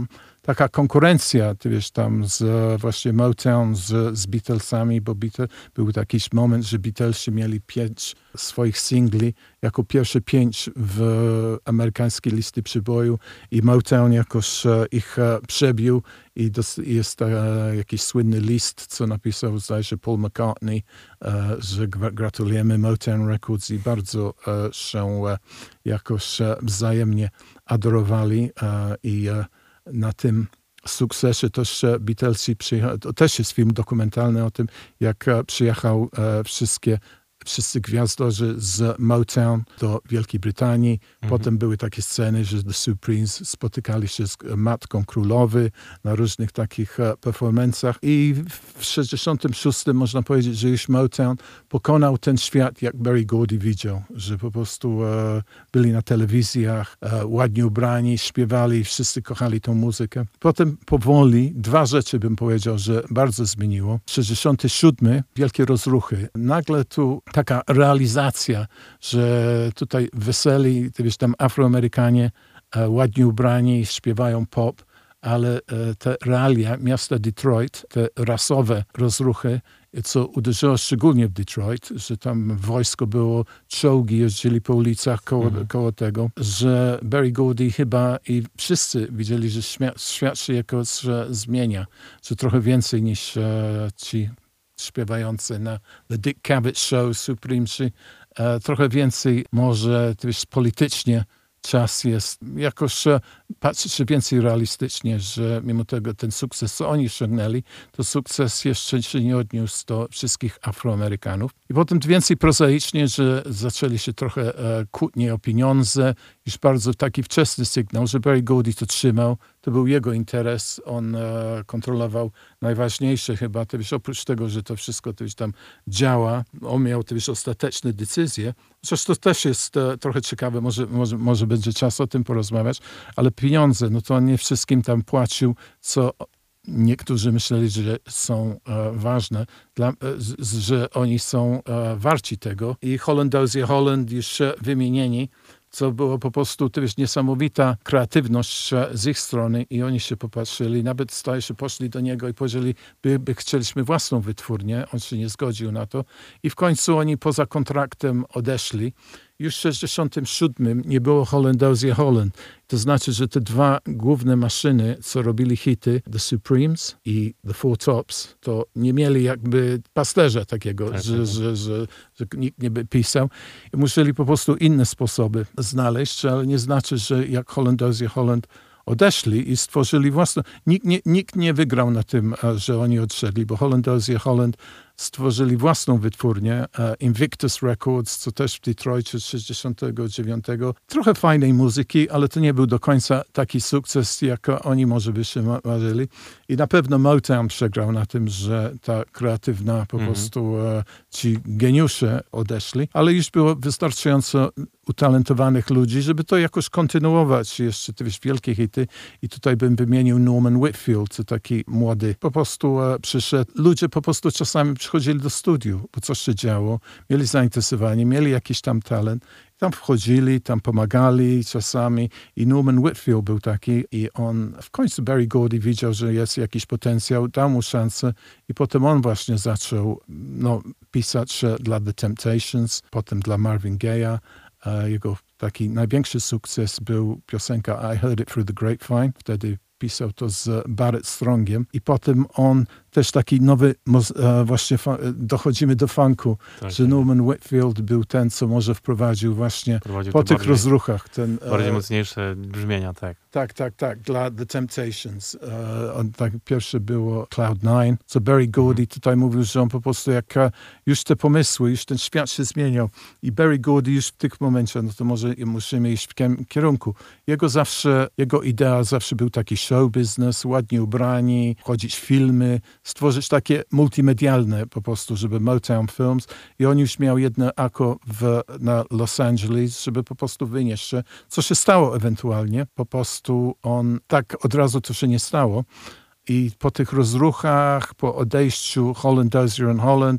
taka konkurencja, ty wiesz, tam z właśnie Motown, z, z Beatlesami, bo Beatles, był taki moment, że Beatlesi mieli pięć swoich singli, jako pierwsze pięć w amerykańskiej listy przeboju i Motown jakoś ich przebił i dos, jest e, jakiś słynny list, co napisał, zdaje się, Paul McCartney, e, że gratulujemy Motown Records i bardzo e, się e, jakoś e, wzajemnie adorowali e, i e, na tym sukcesie też Beatlesi przyjechali. To też jest film dokumentalny o tym, jak e, przyjechał e, wszystkie wszyscy gwiazdorzy z Motown do Wielkiej Brytanii. Mhm. Potem były takie sceny, że The Supremes spotykali się z matką królowy na różnych takich performancach. I w sześćdziesiątym szóstym można powiedzieć, że już Motown pokonał ten świat, jak Berry Gordy widział, że po prostu e, byli na telewizjach, e, ładnie ubrani, śpiewali, wszyscy kochali tą muzykę. Potem powoli, dwa rzeczy bym powiedział, że bardzo zmieniło. sześćdziesiąty siódmy wielkie rozruchy. Nagle tu taka realizacja, że tutaj weseli, ty wiesz, tam Afroamerykanie e, ładnie ubrani, śpiewają pop, ale e, te realia miasta Detroit, te rasowe rozruchy, co uderzyło szczególnie w Detroit, że tam wojsko było, czołgi jeździli po ulicach koło, mhm. koło tego, że Berry Gordy chyba i wszyscy widzieli, że świat, świat się jakoś że zmienia, że trochę więcej niż e, ci śpiewający na The Dick Cavett Show, Supremesi, e, trochę więcej może wiesz, politycznie czas jest jakoś e, patrzy się więcej realistycznie, że mimo tego ten sukces, co oni osiągnęli, to sukces jeszcze się nie odniósł do wszystkich Afroamerykanów. I potem więcej prozaicznie, że zaczęli się trochę e, kłótnie o pieniądze, już bardzo taki wczesny sygnał, że Berry Gordy to trzymał, to był jego interes, on e, kontrolował najważniejsze chyba, to wiesz, oprócz tego, że to wszystko to już tam działa, on miał to wiesz, ostateczne decyzje, chociaż to też jest e, trochę ciekawe, może, może, może będzie czas o tym porozmawiać, ale pieniądze, no to on nie wszystkim tam płacił, co niektórzy myśleli, że są e, ważne, dla, e, z, że oni są e, warci tego. I Hollandozie Holland już e, wymienieni, co było po prostu, to wiesz, niesamowita kreatywność z ich strony i oni się popatrzyli, nawet staje się poszli do niego i powiedzieli, by, by chcieliśmy własną wytwórnię, on się nie zgodził na to i w końcu oni poza kontraktem odeszli. Już w sześćdziesiątym siódmym nie było Hollandozie Holland. To znaczy, że te dwa główne maszyny, co robili hity, The Supremes i The Four Tops, to nie mieli jakby pasterza takiego, tak, że, tak. Że, że, że nikt nie by pisał. I musieli po prostu inne sposoby znaleźć, ale nie znaczy, że jak Hollandozie Holland odeszli i stworzyli własną... Nikt nie, nikt nie wygrał na tym, że oni odszedli, bo Hollandozie Holland stworzyli własną wytwórnię, Invictus Records, co też w Detroitie z sześćdziesiątego dziewiątego. Trochę fajnej muzyki, ale to nie był do końca taki sukces, jak oni może by się marzyli. I na pewno Motown przegrał na tym, że ta kreatywna po mm-hmm. prostu e, ci geniusze odeszli, ale już było wystarczająco utalentowanych ludzi, żeby to jakoś kontynuować. Jeszcze te wiesz, wielkie hity. I tutaj bym wymienił Norman Whitfield, co taki młody. Po prostu e, przyszedł. Ludzie po prostu czasami przychodzili do studiu, bo coś się działo. Mieli zainteresowanie, mieli jakiś tam talent. Tam wchodzili, tam pomagali czasami i Norman Whitfield był taki i on w końcu Berry Gordy widział, że jest jakiś potencjał, dał mu szansę i potem on właśnie zaczął no, pisać dla The Temptations, potem dla Marvin Gaye'a. Jego taki największy sukces był piosenka I Heard It Through the Grapevine. Wtedy pisał to z Barrett Strongiem i potem on też taki nowy, właśnie dochodzimy do funku, tak, że Norman Whitfield był ten, co może wprowadził właśnie wprowadził po tych bardziej, rozruchach. Ten, bardziej e, mocniejsze brzmienia, tak. Tak, tak, tak, dla The Temptations. E, on, tak, pierwsze było Cloud Nine, co Berry Gordy mm. tutaj mówił, że on po prostu jak już te pomysły, już ten świat się zmieniał i Berry Gordy już w tych momentach, no to może musimy iść w kierunku. Jego zawsze, jego idea zawsze był taki show business, ładnie ubrani, chodzić w filmy, stworzyć takie multimedialne po prostu, żeby Motown Films i on już miał jedno ako w, na Los Angeles, żeby po prostu wynieść się, co się stało ewentualnie, po prostu on, tak od razu to się nie stało i po tych rozruchach, po odejściu Hollandozie and Holland,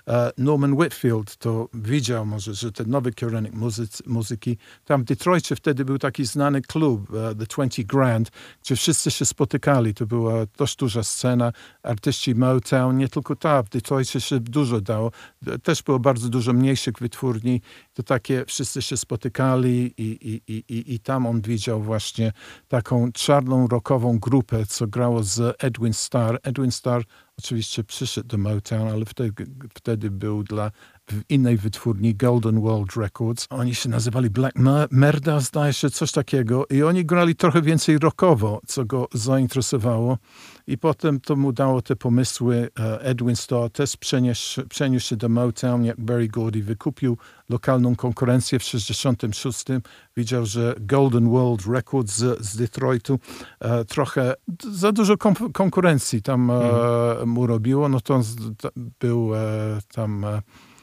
e, Norman Whitfield to widział może, że ten nowy kierunek muzycy, muzyki. Tam w Detroitie wtedy był taki znany klub, e, The twenty Grand, gdzie wszyscy się spotykali. To była dość duża scena. Artyści Motown, nie tylko ta, w Detroitie się dużo dało. Też było bardzo dużo mniejszych wytwórni. To takie wszyscy się spotykali i, i, i, i, i tam on widział właśnie taką czarną rockową grupę, co grało z Edwin Starr. Edwin Starr oczywiście przyszedł do Motown, ale wtedy, wtedy był dla innej wytwórni Golden World Records. Oni się nazywali Black Merda, zdaje się, coś takiego. I oni grali trochę więcej rockowo, co go zainteresowało. I potem to mu dało te pomysły. Edwin Starr też przeniósł, przeniósł się do Motown, jak Berry Gordy wykupił lokalną konkurencję w sześćdziesiątym szóstym. Widział, że Golden World Records z, z Detroitu e, trochę za dużo kom- konkurencji tam e, mm. mu robiło. No to to był e, tam... E,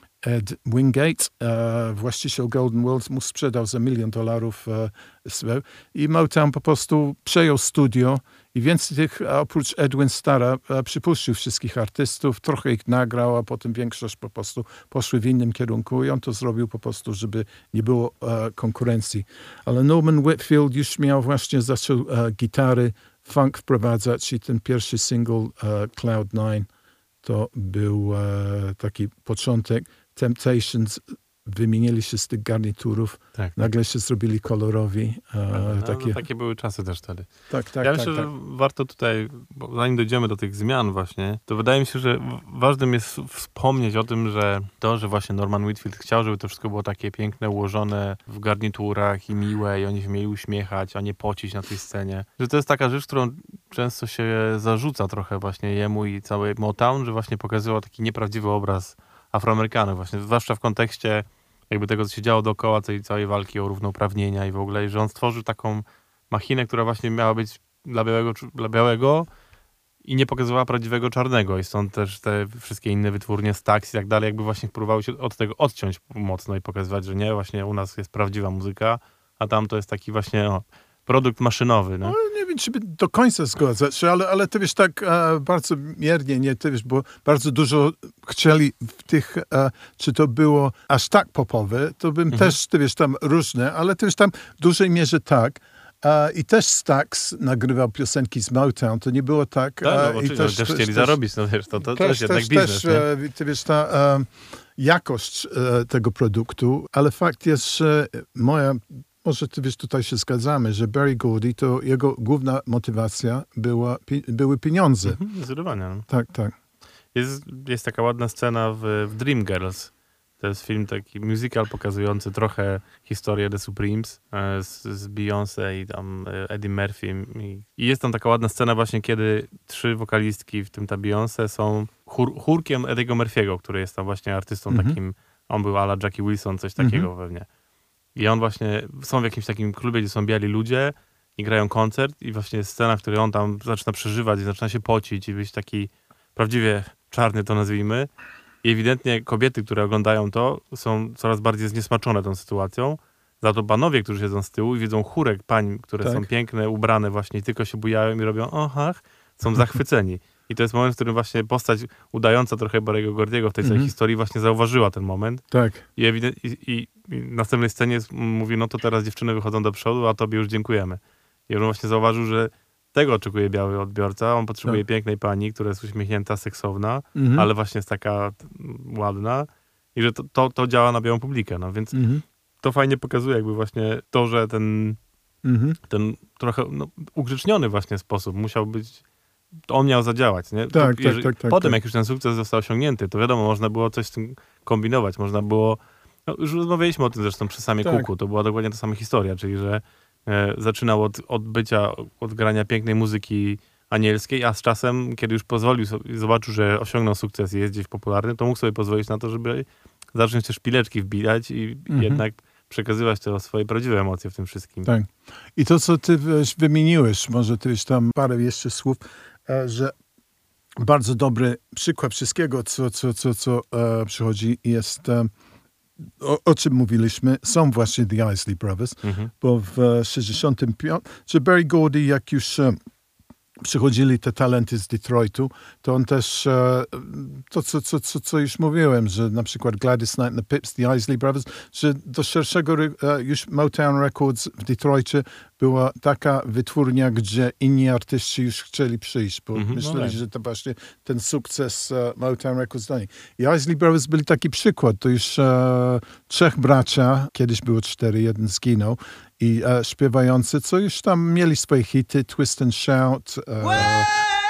Ed Wingate, e, właściciel Golden World, mu sprzedał za milion dolarów e, i Motown po prostu przejął studio i więcej tych, oprócz Edwin Starra, e, przypuścił wszystkich artystów, trochę ich nagrał, a potem większość po prostu poszły w innym kierunku i on to zrobił po prostu, żeby nie było e, konkurencji. Ale Norman Whitfield już miał właśnie, zaczął e, gitary, funk wprowadzać i ten pierwszy single e, Cloud Nine to był e, taki początek. Temptations wymienili się z tych garniturów, tak. nagle się zrobili kolorowi. E, no, takie... No, takie były czasy też wtedy. Tak, tak, ja tak, myślę, tak. że warto tutaj, bo zanim dojdziemy do tych zmian właśnie, to wydaje mi się, że ważnym jest wspomnieć o tym, że to, że właśnie Norman Whitfield chciał, żeby to wszystko było takie piękne, ułożone w garniturach i miłe i oni się mieli uśmiechać, a nie pocić na tej scenie. Że to jest taka rzecz, którą często się zarzuca trochę właśnie jemu i całej Motown, że właśnie pokazywał taki nieprawdziwy obraz Afroamerykanów właśnie, zwłaszcza w kontekście jakby tego, co się działo dookoła tej całej walki o równouprawnienia i w ogóle, i że on stworzył taką machinę, która właśnie miała być dla białego, dla białego i nie pokazywała prawdziwego czarnego i stąd też te wszystkie inne wytwórnie, Stax i tak dalej, jakby właśnie próbowały się od tego odciąć mocno i pokazywać, że nie, właśnie u nas jest prawdziwa muzyka, a tam to jest taki właśnie o, produkt maszynowy. No. No, nie wiem, czy by do końca zgadzać się, ale, ale ty wiesz, tak e, bardzo miernie, nie, ty wiesz, bo bardzo dużo chcieli w tych, e, czy to było aż tak popowe, to bym mhm. też, ty wiesz, tam różne, ale ty wiesz, tam w dużej mierze tak. E, I też Stax nagrywał piosenki z Motown, to nie było tak. Tak, no, e, oczywiście, i też, też też chcieli też, zarobić, no wiesz, to, to też, też jednak też, biznes, też, e, ty wiesz, ta e, jakość e, tego produktu, ale fakt jest, że moja może ty wiesz, tutaj się zgadzamy, że Berry Gordy to jego główna motywacja była, pi, były pieniądze. Mhm, zdecydowanie. No. Tak, tak. Jest, jest taka ładna scena w, w Dreamgirls. To jest film taki musical pokazujący trochę historię The Supremes e, z, z Beyoncé i tam e, Eddie Murphy. I, I jest tam taka ładna scena właśnie, kiedy trzy wokalistki, w tym ta Beyoncé, są chór, chórkiem Eddiego Murphy'ego, który jest tam właśnie artystą Mhm. takim, on był a la Jackie Wilson, coś takiego Mhm. pewnie. I on właśnie, są w jakimś takim klubie, gdzie są biali ludzie i grają koncert i właśnie jest scena, w której on tam zaczyna przeżywać i zaczyna się pocić i być taki prawdziwie czarny, to nazwijmy. I ewidentnie kobiety, które oglądają to, są coraz bardziej zniesmaczone tą sytuacją. Za to panowie, którzy siedzą z tyłu i widzą chórek pań, które Tak. są piękne, ubrane właśnie i tylko się bujają i robią ochach, są zachwyceni. I to jest moment, w którym właśnie postać udająca trochę Barry'ego Gordy'ego w tej całej Mhm. historii właśnie zauważyła ten moment. Tak. I, ewident- i, i, i w następnej scenie jest, mówi, no to teraz dziewczyny wychodzą do przodu, a tobie już dziękujemy. I on właśnie zauważył, że tego oczekuje biały odbiorca. On potrzebuje Tak. pięknej pani, która jest uśmiechnięta, seksowna, Mhm. ale właśnie jest taka t- ładna i że to, to, to działa na białą publikę. No więc Mhm. to fajnie pokazuje jakby właśnie to, że ten, Mhm. ten trochę no, ugrzeczniony właśnie sposób musiał być, to on miał zadziałać. Nie? Tak, To, tak, jeżeli- tak, tak, Potem tak. jak już ten sukces został osiągnięty, to wiadomo, można było coś z tym kombinować, można było, no, już rozmawialiśmy o tym zresztą przy samej Tak. Kuku, to była dokładnie ta sama historia, czyli że e, zaczynał od, od bycia, od grania pięknej muzyki anielskiej, a z czasem, kiedy już pozwolił sobie, zobaczył, że osiągnął sukces i jest gdzieś popularny, to mógł sobie pozwolić na to, żeby zacząć te szpileczki wbijać i Mhm. jednak przekazywać te swoje prawdziwe emocje w tym wszystkim. Tak. I to, co ty wiesz, wymieniłeś, może ty wiesz, tam parę jeszcze słów, e, że bardzo dobry przykład wszystkiego, co, co, co, co e, przychodzi, jest e, o, o czym mówiliśmy, są właśnie The Isley Brothers, Mhm. bo w e, sześćdziesiątym piątym, że Berry Gordy, jak już e, przychodzili te talenty z Detroitu, to on też, e, to co, co, co, co już mówiłem, że na przykład Gladys Knight and the Pips, The Isley Brothers, że do szerszego e, już Motown Records w Detroicie była taka wytwórnia, gdzie inni artyści już chcieli przyjść, bo Mhm, myśleli, no że to właśnie ten sukces e, Motown Records dali. I Isley Brothers byli taki przykład, to już e, trzech bracia, kiedyś było cztery, jeden zginął, i e, śpiewający, co już tam mieli swoje hity, Twist and Shout. E, Well,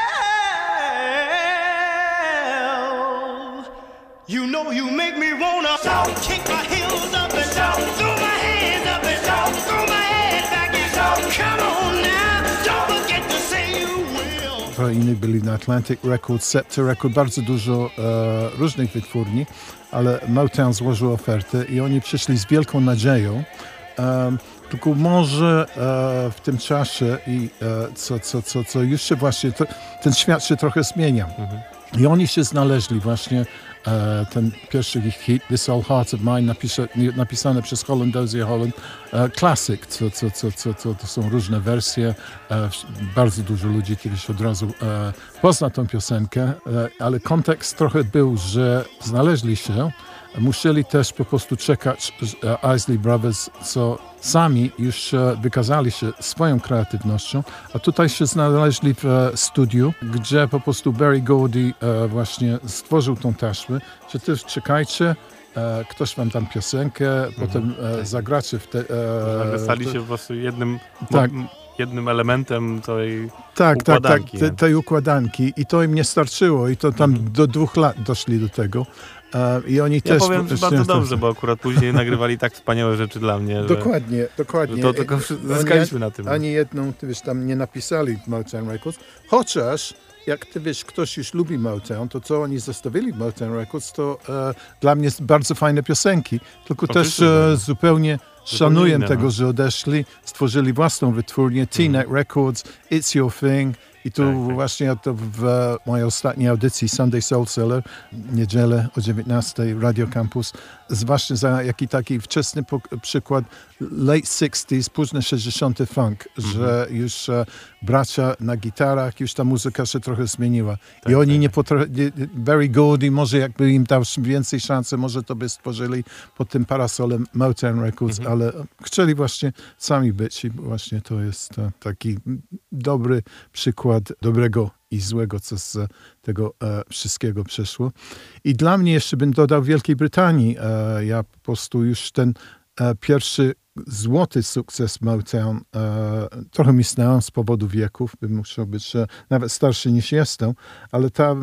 you know you make me wanna shout, kick my heels up and shout, throw my hands up and shout, throw my head back and shout, come on now, don't forget to say you will. trochę inni byli na Atlantic Records, Scepter Record, bardzo dużo e, różnych wytwórni, ale Motown złożył ofertę i oni przyszli z wielką nadzieją. Um, tylko może e, w tym czasie i e, co, co, co, co już się właśnie, to, ten świat się trochę zmienia. Mhm. I oni się znaleźli właśnie, e, ten pierwszy ich hit, This Old Heart of Mine, napisa, napisane przez Holland Dozier Holland, e, klasyk, co, co, co, co, co, to są różne wersje. E, bardzo dużo ludzi kiedyś od razu e, pozna tą piosenkę, e, ale kontekst trochę był, że znaleźli się, musieli też po prostu czekać uh, Isley Brothers, co sami już uh, wykazali się swoją kreatywnością, a tutaj się znaleźli w uh, studiu, gdzie po prostu Berry Gordy uh, właśnie stworzył tą taśmę, że też czekajcie, uh, ktoś wam tam piosenkę, mhm. potem uh, zagracie w te... Uh, stali się po prostu jednym... Tak. jednym elementem tej tak, układanki. Tak, tak, te, tej układanki i to im nie starczyło i to tam mhm. do dwóch lat doszli do tego. Uh, I oni ja też... powiem bardzo nie, dobrze, bo akurat później nagrywali tak wspaniałe rzeczy dla mnie, że... Dokładnie, dokładnie. Że to tylko zyskaliśmy ani, na tym. Ani jedną, ty wiesz, tam nie napisali Motown Records, chociaż jak ty wiesz, ktoś już lubi Motown, to co oni zostawili w Motown Records, to e, dla mnie bardzo fajne piosenki, tylko Oczywiście, też e, zupełnie szanuję inne, tego, no. że odeszli, stworzyli własną wytwórnię, T-Net Records, It's Your Thing. I tu tak, tak. właśnie to w mojej ostatniej audycji Sunday Soul Seller, niedzielę o dziewiętnastej, Radio Campus, zwłaszcza za jaki taki wczesny przykład late sixties, późne sześćdziesiąte funk, mm-hmm. że już e, bracia na gitarach, już ta muzyka się trochę zmieniła. Tak, I oni tak. nie potrafili, Berry Gordy, może jakby im dał więcej szansy, może to by stworzyli pod tym parasolem Motown Records, mm-hmm. ale chcieli właśnie sami być i właśnie to jest e, taki dobry przykład dobrego i złego, co z tego e, wszystkiego przeszło. I dla mnie jeszcze bym dodał w Wielkiej Brytanii, e, ja po prostu już ten e, pierwszy złoty sukces Motown e, trochę misnęłam z powodu wieków, bym musiał być e, nawet starszy niż jestem, ale ta,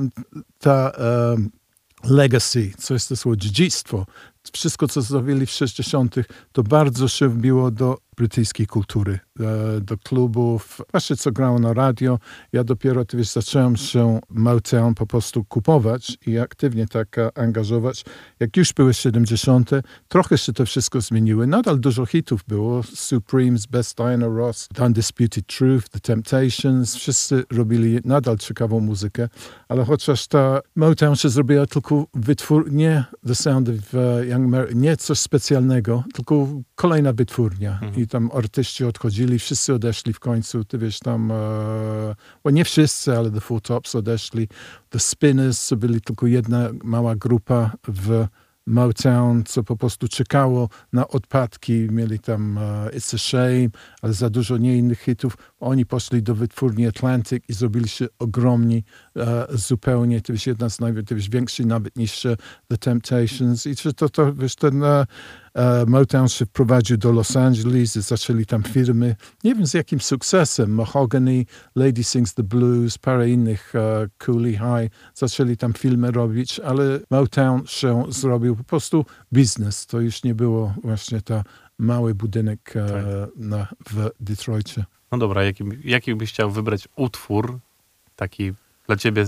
ta e, legacy, co jest to słowo, dziedzictwo, wszystko, co zrobili w sześćdziesiątych, to bardzo się wbiło do brytyjskiej kultury, do klubów, właśnie co grało na radio. Ja dopiero, ty wiesz, zacząłem się Motown po prostu kupować i aktywnie tak angażować. Jak już były siedemdziesiąte, trochę się to wszystko zmieniły. Nadal dużo hitów było. Supremes, Best Diana Ross, The Undisputed Truth, The Temptations. Wszyscy robili nadal ciekawą muzykę, ale chociaż ta Motown się zrobiła tylko wytwórnie, The Sound of uh, Young Mary, nie coś specjalnego, tylko kolejna wytwórnia. Mhm. I tam artyści odchodzili, wszyscy odeszli w końcu, ty wiesz, tam, e, well, nie wszyscy, ale The Four Tops odeszli. The Spinners, to byli tylko jedna mała grupa w Motown, co po prostu czekało na odpadki. Mieli tam uh, It's a Shame, ale za dużo nie innych hitów. Oni poszli do wytwórni Atlantic i zrobili się ogromni uh, zupełnie. To jest jedna z największych nawet niż uh, The Temptations. I to, to wiesz, ten uh, uh, Motown się wprowadził do Los Angeles, zaczęli tam firmy. Nie wiem z jakim sukcesem. Mahogany, Lady Sings the Blues, parę innych, uh, Cooley High. Zaczęli tam filmy robić, ale Motown się zrobił po prostu biznes. To już nie było właśnie ta mały budynek e, tak. na, w Detroicie. No dobra, jaki, jaki byś chciał wybrać utwór, taki dla ciebie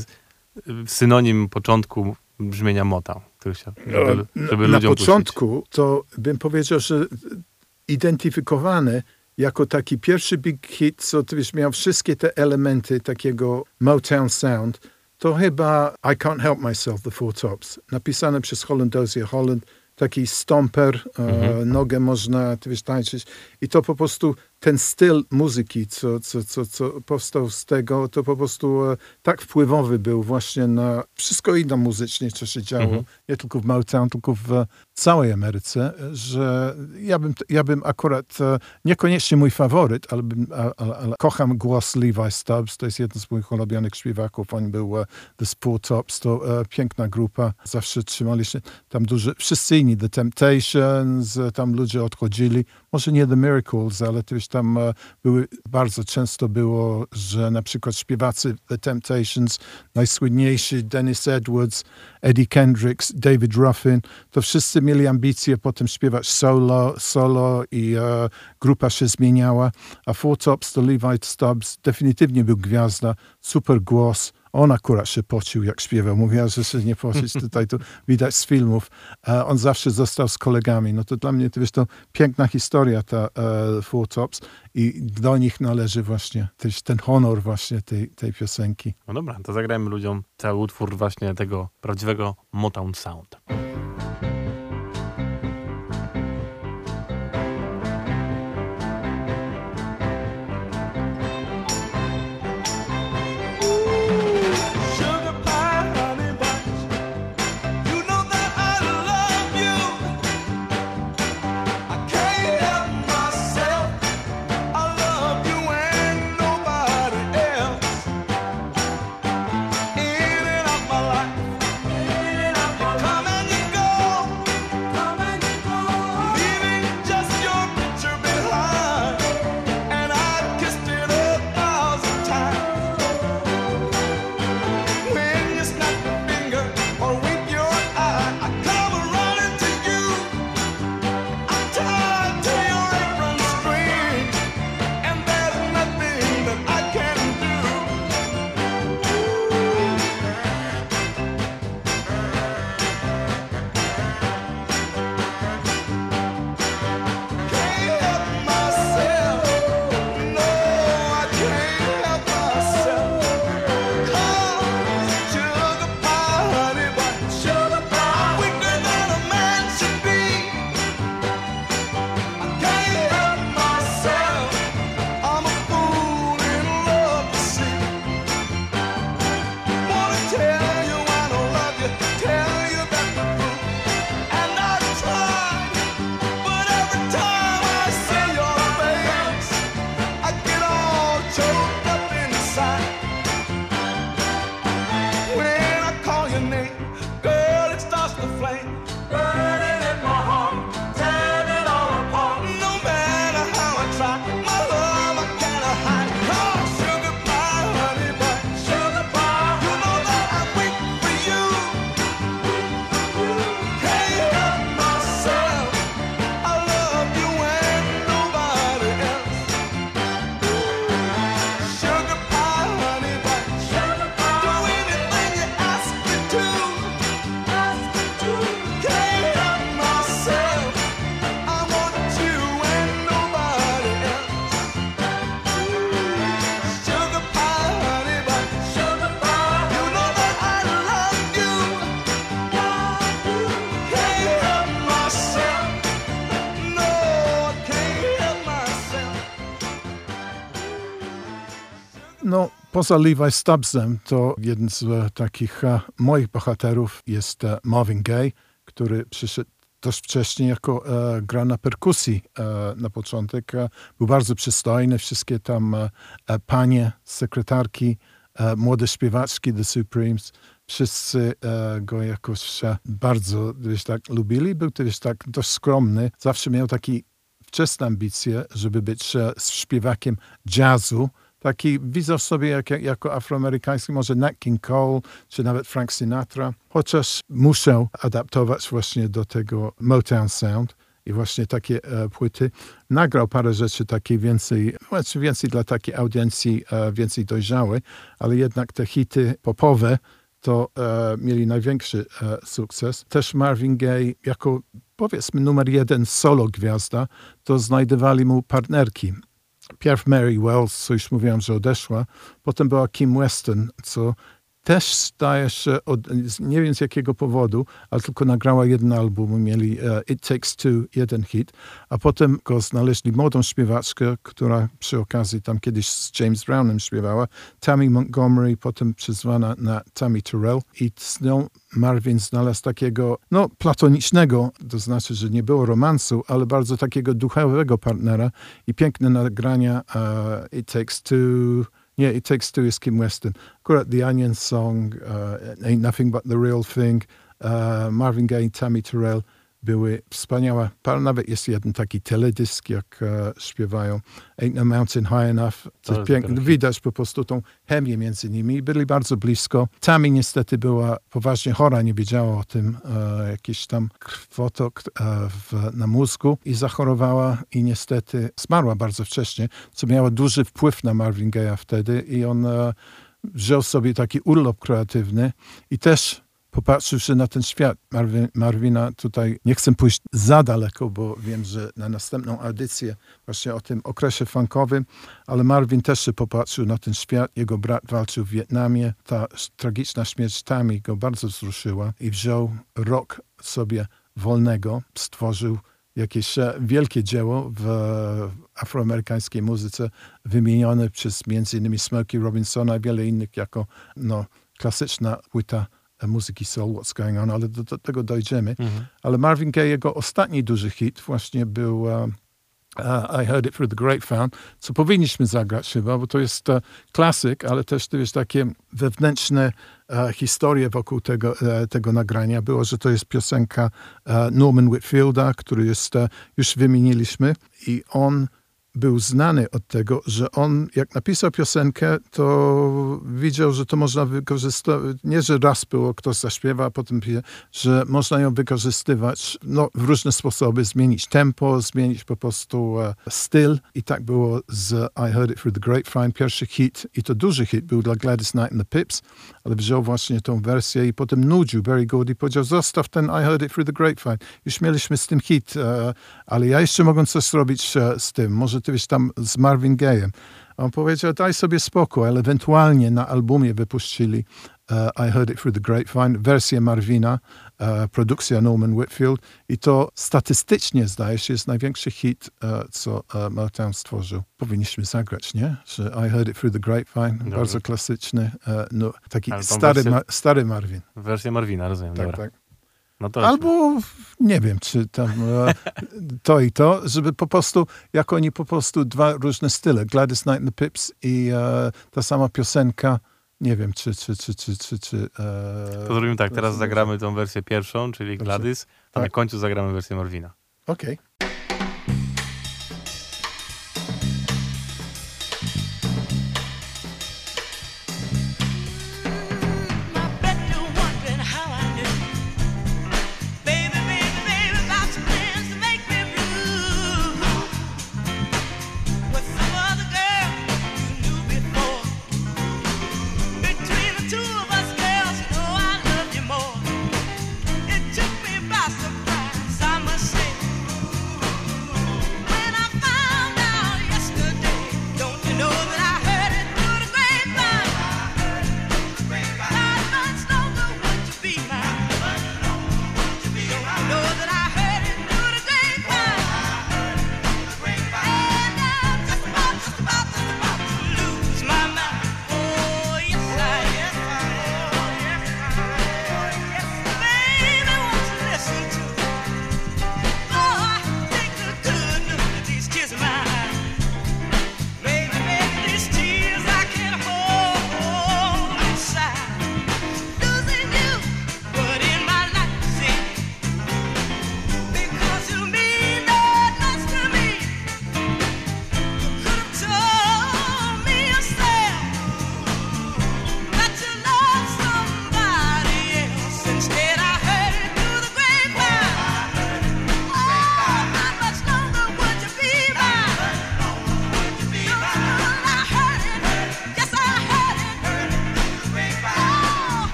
synonim początku brzmienia Motown, który chciał, żeby, żeby na ludziom początku puścić. to bym powiedział, że identyfikowany jako taki pierwszy big hit, co ty wiesz, miał wszystkie te elementy takiego Motown sound, to chyba I Can't Help Myself, The Four Tops. Napisane przez Holland Dozier Holland, taki stomper, mhm. e, nogę można, ty wiesz, tańczyć. I to po prostu ten styl muzyki, co, co, co, co powstał z tego, to po prostu e, tak wpływowy był właśnie na wszystko inne muzycznie, co się działo. Mhm. Nie tylko w Motown, tylko w e, całej Ameryce, że ja bym, ja bym akurat, e, niekoniecznie mój faworyt, ale, bym, ale, ale kocham głos Levi Stubbs, to jest jeden z moich ulubionych śpiewaków, on był e, The Four Tops, to e, piękna grupa, zawsze trzymali się tam dużo, wszyscy inni, The Temptations, e, tam ludzie odchodzili, może nie The Miracles, ale też tam e, były, bardzo często było, że na przykład śpiewacy The Temptations, najsłynniejsi Dennis Edwards, Eddie Kendricks, David Ruffin, to wszyscy mieli ambicje potem śpiewać solo, solo i e, grupa się zmieniała, a Four Tops to Levi Stubbs definitywnie był gwiazda, super głos. On akurat się pocił, jak śpiewał. Mówiła, że się nie pocić. Tutaj to widać z filmów. E, on zawsze został z kolegami. No to dla mnie to jest to piękna historia, ta e, Four Tops. I do nich należy właśnie też ten honor właśnie tej, tej piosenki. No dobra, to zagrajmy ludziom cały utwór właśnie tego prawdziwego Motown Sound. No, poza Levi Stubbsem, to jeden z e, takich e, moich bohaterów jest e, Marvin Gaye, który przyszedł dość wcześnie jako e, gra na perkusji e, na początek. E, był bardzo przystojny, wszystkie tam e, panie, sekretarki, e, młode śpiewaczki The Supremes, wszyscy e, go jakoś e, bardzo wiesz, tak, lubili. Był też tak dość skromny. Zawsze miał takie wczesne ambicje, żeby być e, śpiewakiem jazzu. Taki widzę sobie jak, jako afroamerykański, może Nat King Cole, czy nawet Frank Sinatra. Chociaż muszę adaptować właśnie do tego Motown Sound i właśnie takie e, płyty. Nagrał parę rzeczy takie więcej, znaczy więcej dla takiej audiencji, e, więcej dojrzałej, ale jednak te hity popowe to e, mieli największy e, sukces. Też Marvin Gaye jako, powiedzmy, numer jeden solo gwiazda, to znajdowali mu partnerki. Pierre Mary Wells, co już mówiłam, że odeszła. Potem była Kim Weston, co też zdaje się, od, nie wiem z jakiego powodu, ale tylko nagrała jeden album, mieli uh, It Takes Two, jeden hit, a potem go znaleźli młodą śpiewaczkę, która przy okazji tam kiedyś z James Brownem śpiewała, Tammy Montgomery, potem przyzwana na Tammy Terrell i z nią Marvin znalazł takiego, no, platonicznego, to znaczy, że nie było romansu, ale bardzo takiego duchowego partnera i piękne nagrania uh, It Takes Two, nie, It Takes Two jest Kim Weston. Akurat The Onion Song, uh, Ain't Nothing But The Real Thing, uh, Marvin Gaye i Tammy Terrell były wspaniałe. Nawet jest jeden taki teledysk, jak uh, śpiewają Ain't No Mountain High Enough. To to piękne. Widać po prostu tą chemię między nimi. Byli bardzo blisko. Tammy niestety była poważnie chora, nie wiedziała o tym. Uh, jakiś tam krwotok uh, w, na mózgu i zachorowała i niestety zmarła bardzo wcześnie, co miało duży wpływ na Marvin Gaye'a wtedy i on uh, wziął sobie taki urlop kreatywny i też popatrzywszy na ten świat Marvin, Marvina, tutaj nie chcę pójść za daleko, bo wiem, że na następną audycję właśnie o tym okresie funkowym, ale Marvin też się popatrzył na ten świat. Jego brat walczył w Wietnamie. Ta tragiczna śmierć Tammy go bardzo wzruszyła i wziął rok sobie wolnego, stworzył jakieś wielkie dzieło w afroamerykańskiej muzyce, wymienione przez między innymi Smokey Robinsona i wiele innych jako no, klasyczna płyta muzyki soul, What's Going On, ale do, do tego dojdziemy. Mhm. Ale Marvin Gaye, jego ostatni duży hit właśnie był uh, uh, I Heard It Through the Grapevine, co powinniśmy zagrać chyba, bo to jest uh, klasyk, ale też to jest takie wewnętrzne uh, historie wokół tego, uh, tego nagrania. Było, że to jest piosenka uh, Norman Whitfielda, który jest, uh, już wymieniliśmy i on był znany od tego, że on, jak napisał piosenkę, to widział, że to można wykorzystywać, nie, że raz było, ktoś zaśpiewa, a potem, że można ją wykorzystywać no, w różne sposoby, zmienić tempo, zmienić po prostu uh, styl. I tak było z I Heard It Through the Grapevine. Pierwszy hit, i to duży hit, był dla Gladys Knight and the Pips, ale wziął właśnie tą wersję i potem nudził Berry Gordy i powiedział, zostaw ten I Heard It Through the Grapevine. Już mieliśmy z tym hit, uh, ale ja jeszcze mogę coś zrobić uh, z tym. Może ty wiesz tam z Marvin Gaye'em. On powiedział, daj sobie spokój, ale ewentualnie na albumie wypuścili uh, I Heard It Through the Grapevine, wersję Marvina, uh, produkcja Norman Whitfield i to statystycznie, zdaje się, jest największy hit, uh, co uh, Motown stworzył. Powinniśmy zagrać, nie? Że I Heard It Through the Grapevine, dobrze. Bardzo klasyczny, uh, no, taki stary, wersję, ma, stary Marvin. Wersja Marvina, rozumiem, tak, dobra. Tak. No to albo nie wiem, czy tam e, to i to, żeby po prostu, jak oni po prostu dwa różne style, Gladys Knight and the Pips i e, ta sama piosenka, nie wiem, czy... czy, czy, czy, czy, czy e, to zrobimy tak, teraz zagramy tą wersję pierwszą, czyli Gladys, a tak. Na końcu zagramy wersję Marvina. Okej. Okay. By surprise, I must say.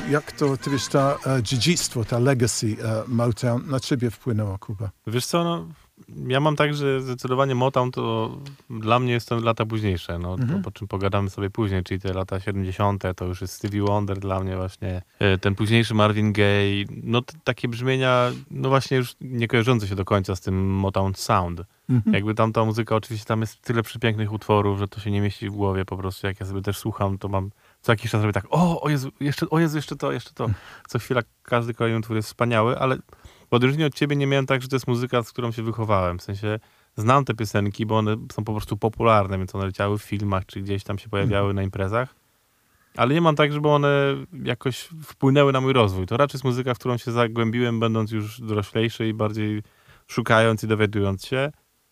jak to, ty wiesz, ta e, dziedzictwo, ta legacy e, Motown na ciebie wpłynęło, Kuba? Wiesz co, no, ja mam tak, że zdecydowanie Motown to dla mnie jest to lata późniejsze, no, Mhm. to, o czym pogadamy sobie później, czyli te lata siedemdziesiąte, to już jest Stevie Wonder dla mnie właśnie, e, ten późniejszy Marvin Gaye, no t- takie brzmienia, no właśnie już nie kojarzące się do końca z tym Motown Sound. Mhm. Jakby tam ta muzyka, oczywiście tam jest tyle przepięknych utworów, że to się nie mieści w głowie po prostu, jak ja sobie też słucham, to mam co jakiś czas robię tak, o, o Jezu, jeszcze, o Jezu, jeszcze to, jeszcze to. Co chwila każdy kolejny utwór jest wspaniały, ale w odróżnieniu od ciebie nie miałem tak, że to jest muzyka, z którą się wychowałem. W sensie znam te piosenki, bo one są po prostu popularne, więc one leciały w filmach, czy gdzieś tam się pojawiały na imprezach. Ale nie mam tak, żeby one jakoś wpłynęły na mój rozwój. To raczej jest muzyka, w którą się zagłębiłem, będąc już doroślejszy i bardziej szukając i dowiadując się.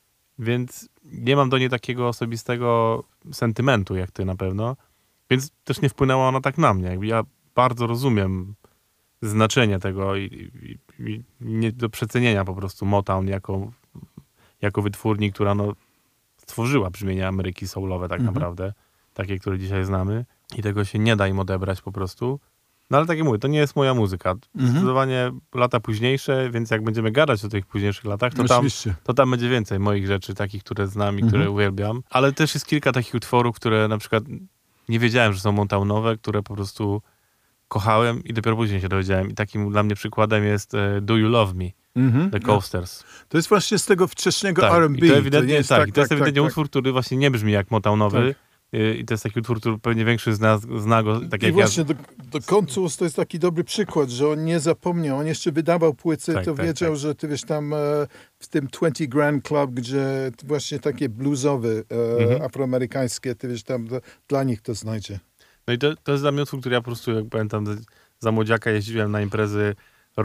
Więc nie mam do niej takiego osobistego sentymentu, jak ty na pewno. Więc też nie wpłynęła ona tak na mnie. Jakby ja bardzo rozumiem znaczenie tego i, i, i nie do przecenienia po prostu Motown jako, jako wytwórni, która no, stworzyła brzmienia Ameryki soulowe tak Mhm. naprawdę. Takie, które dzisiaj znamy. I tego się nie da im odebrać po prostu. No ale tak jak mówię, to nie jest moja muzyka. Mhm. Zdecydowanie lata późniejsze, więc jak będziemy gadać o tych późniejszych latach, to tam, Oczywiście. to tam będzie więcej moich rzeczy, takich, które znam i Mhm. które uwielbiam. Ale też jest kilka takich utworów, które na przykład nie wiedziałem, że są Motownowe, które po prostu kochałem i dopiero później się dowiedziałem. I takim dla mnie przykładem jest e, Do You Love Me, Mhm. The Coasters. To jest właśnie z tego wcześniejszego Tak, R and B. i to ewidentnie, nie jest tak, i to jest tak, ewidentnie tak, utwór, który właśnie nie brzmi jak Motownowy. Tak. Y, I to jest taki utwór, który pewnie większość z nas zna go, tak I jak właśnie ja. do, do Concus to jest taki dobry przykład, że on nie zapomniał, on jeszcze wydawał płyty, Tak, to tak, wiedział, tak. że ty wiesz tam e, w tym twenty Grand Club, gdzie właśnie takie bluesowe, e, Mhm. afroamerykańskie, ty wiesz tam do, dla nich to znajdzie. No i to, to jest dla mnie utwór, który ja po prostu, jak pamiętam, za- za młodziaka jeździłem na imprezy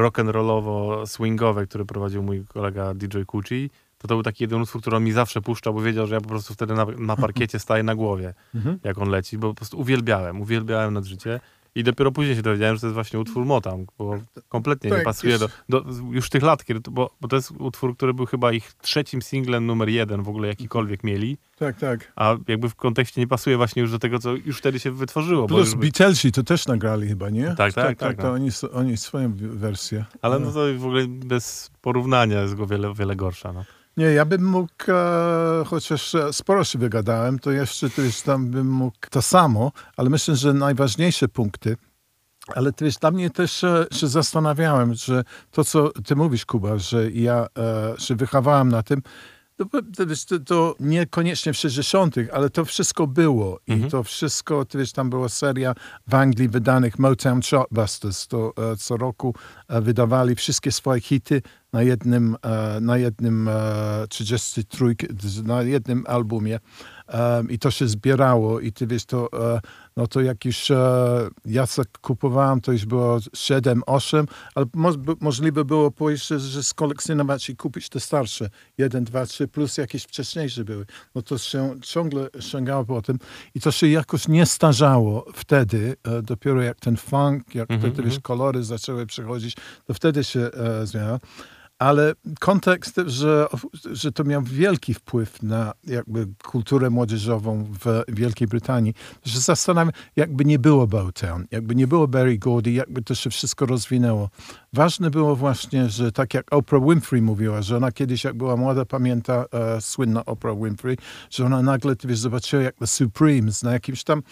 rock'n'rollowo-swingowe, które prowadził mój kolega D J Kuchi. To to był taki jeden utwór, który on mi zawsze puszczał, bo wiedział, że ja po prostu wtedy na, na parkiecie staję na głowie, Mhm. jak on leci, bo po prostu uwielbiałem, uwielbiałem nad życie. I dopiero później się dowiedziałem, że to jest właśnie utwór Motown, bo kompletnie nie Tak, pasuje już- do, do już tych lat, kiedy to, bo, bo to jest utwór, który był chyba ich trzecim singlem numer jeden w ogóle jakikolwiek mieli, Tak, tak. a jakby w kontekście nie pasuje właśnie już do tego, co już wtedy się wytworzyło. bo Plus już by- Beatlesi to też nagrali chyba, nie? Tak, tak, tak, to no. oni, s- oni swoją wi- wersję. Ale no to w ogóle bez porównania jest go wiele, wiele gorsza. No. Nie, ja bym mógł, e, chociaż e, sporo się wygadałem, to jeszcze to już tam bym mógł to samo, ale myślę, że najważniejsze punkty, ale ty wiesz, dla mnie też e, się zastanawiałem, że to, co ty mówisz, Kuba, że ja e, się wychowałem na tym, to, to, wiesz, to, to niekoniecznie w sześćdziesiątych, ale to wszystko było. I Mhm. to wszystko, ty wiesz, tam była seria w Anglii wydanych Motown Chartbusters. To e, co roku e, wydawali wszystkie swoje hity na jednym, e, na jednym e, trzydziestym trzy, na jednym albumie. E, I to się zbierało. I ty wiesz, to, e, no to jak już e, ja co kupowałem, to już było siedem, osiem, ale mo, możliwe było pójść, że, że skolekcjonować i kupić te starsze. jeden, dwa, trzy, plus jakieś wcześniejsze były. No to się ciągle sięgało po tym. I to się jakoś nie starzało wtedy. E, dopiero jak ten funk, jak Mhm, te, te wiesz, mhm. kolory zaczęły przychodzić, to wtedy się e, zmieniało. Ale kontekst, że, że to miał wielki wpływ na jakby kulturę młodzieżową w Wielkiej Brytanii, że zastanawiam, jakby nie było Motown, jakby nie było Berry Gordy, jakby to się wszystko rozwinęło. Ważne było właśnie, że tak jak Oprah Winfrey mówiła, że ona kiedyś jak była młoda, pamięta e, słynna Oprah Winfrey, że ona nagle, ty wiesz, zobaczyła jak The Supremes na jakimś tam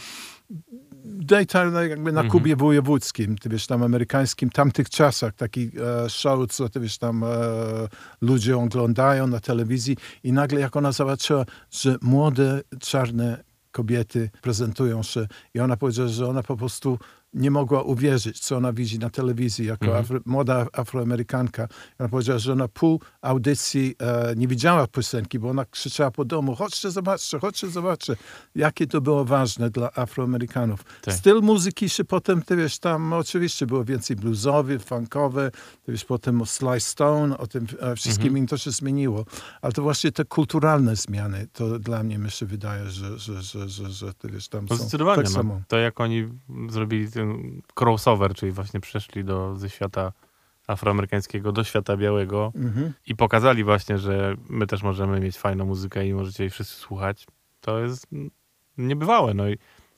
daytime jakby na Mhm. Kubie wojewódzkim, ty wiesz, tam amerykańskim, tamtych czasach, taki e, show, co ty wiesz, tam e, ludzie oglądają na telewizji i nagle jak ona zobaczyła, że młode, czarne kobiety prezentują się i ona powiedziała, że ona po prostu nie mogła uwierzyć, co ona widzi na telewizji jako Mhm. afro, młoda afroamerykanka. Ona powiedziała, że ona pół audycji e, nie widziała piosenki, bo ona krzyczała po domu, chodźcie, zobaczcie, chodźcie, zobaczcie, jakie to było ważne dla Afroamerykanów. Tak. Styl muzyki się potem, ty wiesz, tam oczywiście było więcej bluesowy, funkowy, ty wiesz, potem o Sly Stone, o tym e, wszystkim Mhm. im to się zmieniło. Ale to właśnie te kulturalne zmiany, to dla mnie mi się wydaje, że, że, że, że, że ty wiesz, tam No są zdecydowanie. tak No, samo. to jak oni zrobili ten crossover, czyli właśnie przeszli do, ze świata afroamerykańskiego do świata białego Mhm. i pokazali właśnie, że my też możemy mieć fajną muzykę i możecie jej wszyscy słuchać, to jest mm, niebywałe. No i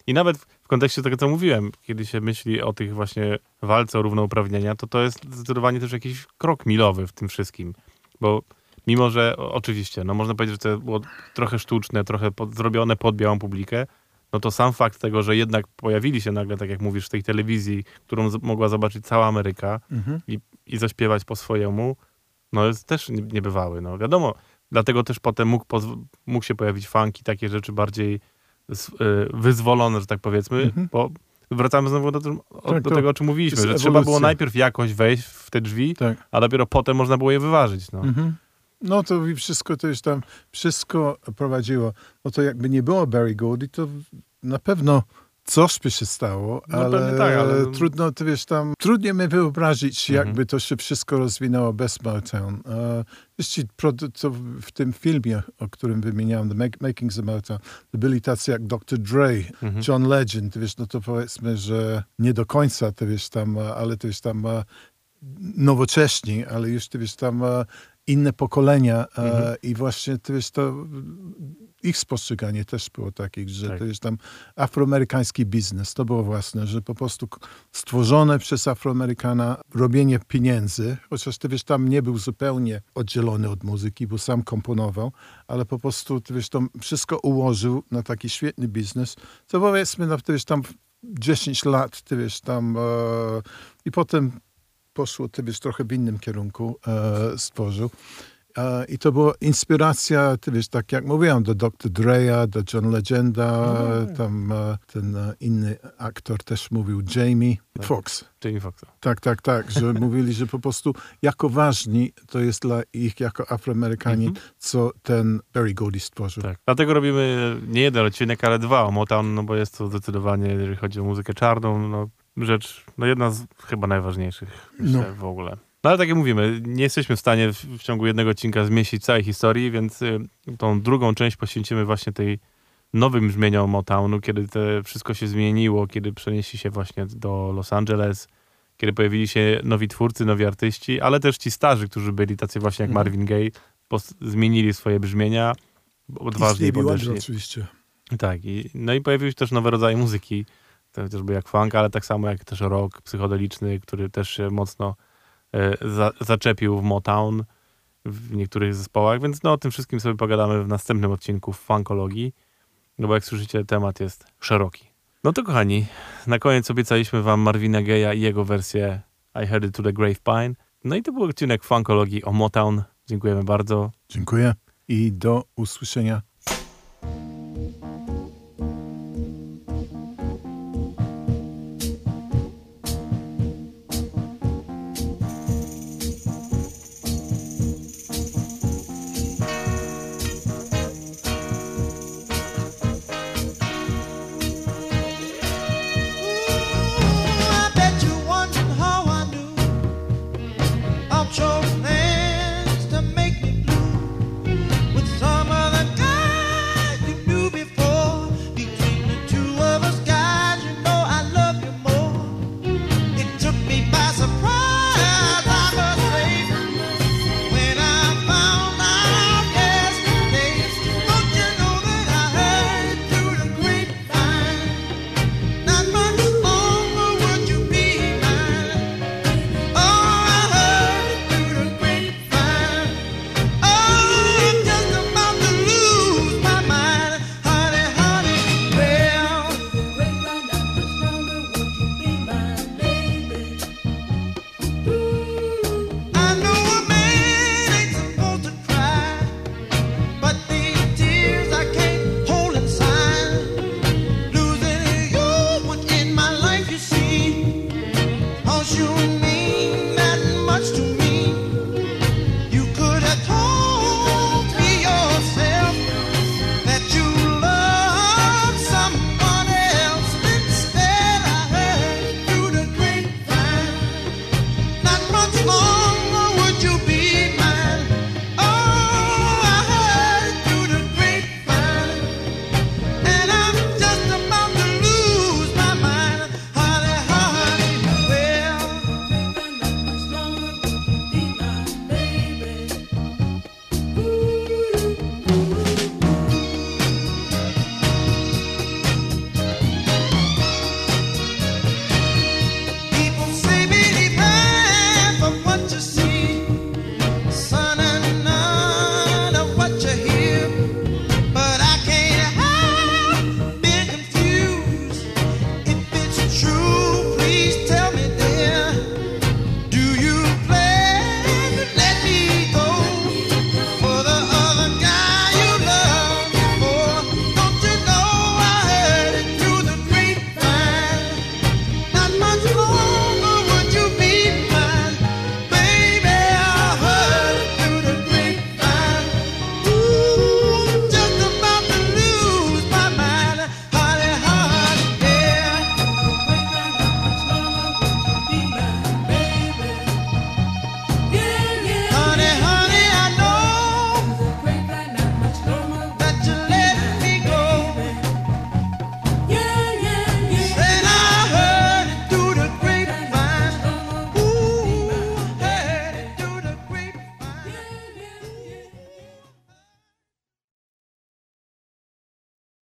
I nawet w kontekście tego, co mówiłem, kiedy się myśli o tych właśnie walce o równouprawnienia, to to jest zdecydowanie też jakiś krok milowy w tym wszystkim. Bo mimo, że o, oczywiście, no można powiedzieć, że to było trochę sztuczne, trochę pod, zrobione pod białą publikę, no to sam fakt tego, że jednak pojawili się nagle, tak jak mówisz, w tej telewizji, którą z- mogła zobaczyć cała Ameryka Mhm. i, i zaśpiewać po swojemu, no jest też nie- niebywały. No wiadomo, dlatego też potem mógł, pozw- mógł się pojawić funk i takie rzeczy bardziej z, y, wyzwolone, że tak powiedzmy, Mhm. bo wracamy znowu do, tym- o- Tak, do to tego, o czym mówiliśmy, jest że trzeba było ewolucja. najpierw jakoś wejść w te drzwi, Tak. a dopiero potem można było je wyważyć. No. Mhm. No to i wszystko to już tam, wszystko prowadziło. No to jakby nie było Berry Gordy, to na pewno coś by się stało, No ale, pewnie tak, ale- trudno, to wiesz, tam, trudniej mi wyobrazić, Mhm. jakby to się wszystko rozwinęło bez Motown. E, Jeśli produ- co w- w tym filmie, o którym wymieniałem, The Make, Makings of Motown, to byli tacy jak doktor Dre, Mhm. John Legend, to wiesz, no to powiedzmy, że nie do końca, to wiesz, tam, e, ale to wiesz, tam e, nowocześni, ale już to wiesz, tam e, inne pokolenia e, Mhm. i właśnie to wiesz, to ich spostrzeganie też było takich, że Tak. to jest tam afroamerykański biznes, to było własne, że po prostu k- stworzone przez Afroamerykana robienie pieniędzy, chociaż ty wiesz, tam nie był zupełnie oddzielony od muzyki, bo sam komponował, ale po prostu ty wiesz, to wszystko ułożył na taki świetny biznes, co powiedzmy, no, ty wiesz, tam dziesięć lat, ty wiesz, tam e, i potem poszło, ty wiesz, trochę w innym kierunku e, stworzył. E, I to była inspiracja, ty wiesz, tak jak mówiłem, do doktor Dre'a, do John Legenda, No, tam e, ten e, inny aktor też mówił, Jamie Tak. Foxx. Jamie Foxxa. Tak, tak, tak, że mówili, że po prostu jako ważni to jest dla ich jako Afroamerykanie, Mhm. co ten Berry Gordy stworzył. Tak. Dlatego robimy nie jeden odcinek, ale dwa o Motown, no bo jest to zdecydowanie, jeżeli chodzi o muzykę czarną, no rzecz, no jedna z chyba najważniejszych, myślę, No. w ogóle. No ale tak jak mówimy, nie jesteśmy w stanie w, w ciągu jednego odcinka zmieścić całej historii, więc y, tą drugą część poświęcimy właśnie tej nowym brzmieniom Motownu, kiedy to wszystko się zmieniło, kiedy przenieśli się właśnie do Los Angeles, kiedy pojawili się nowi twórcy, nowi artyści, ale też ci starzy, którzy byli tacy właśnie jak Mhm. Marvin Gaye, pos- zmienili swoje brzmienia, odważniej I Stevie Wonder podeszli. oczywiście. Tak, i, no i pojawiły się też nowe rodzaje muzyki, to chociażby jak funk, ale tak samo jak też rock psychodeliczny, który też się mocno e, za, zaczepił w Motown w niektórych zespołach, więc no o tym wszystkim sobie pogadamy w następnym odcinku Funkologii, no bo jak słyszycie, temat jest szeroki. No to kochani, na koniec obiecaliśmy wam Marvina Gaye'a i jego wersję I Heard It to the Gravepine. No i to był odcinek Funkologii o Motown. Dziękujemy bardzo. Dziękuję i do usłyszenia. I bet you wondered how I knew of your plans to make me blue with some other guy you knew before. Between the two of us guys, you know I love you more. It took me by surprise, I must say, when I found out yesterday. Don't you know that I heard through the grapevine? Not much longer would you be mine. Oh, I heard it through the grapevine. Oh, I'm just about to lose my mind, honey, honey. Well, I know a man ain't supposed to cry, but these tears I can't hold inside. Losing you was in my life, you see. 'Cause you mean that much to me. You could have told me yourself that you love someone else. Instead, I heard through the grapevine. Not much longer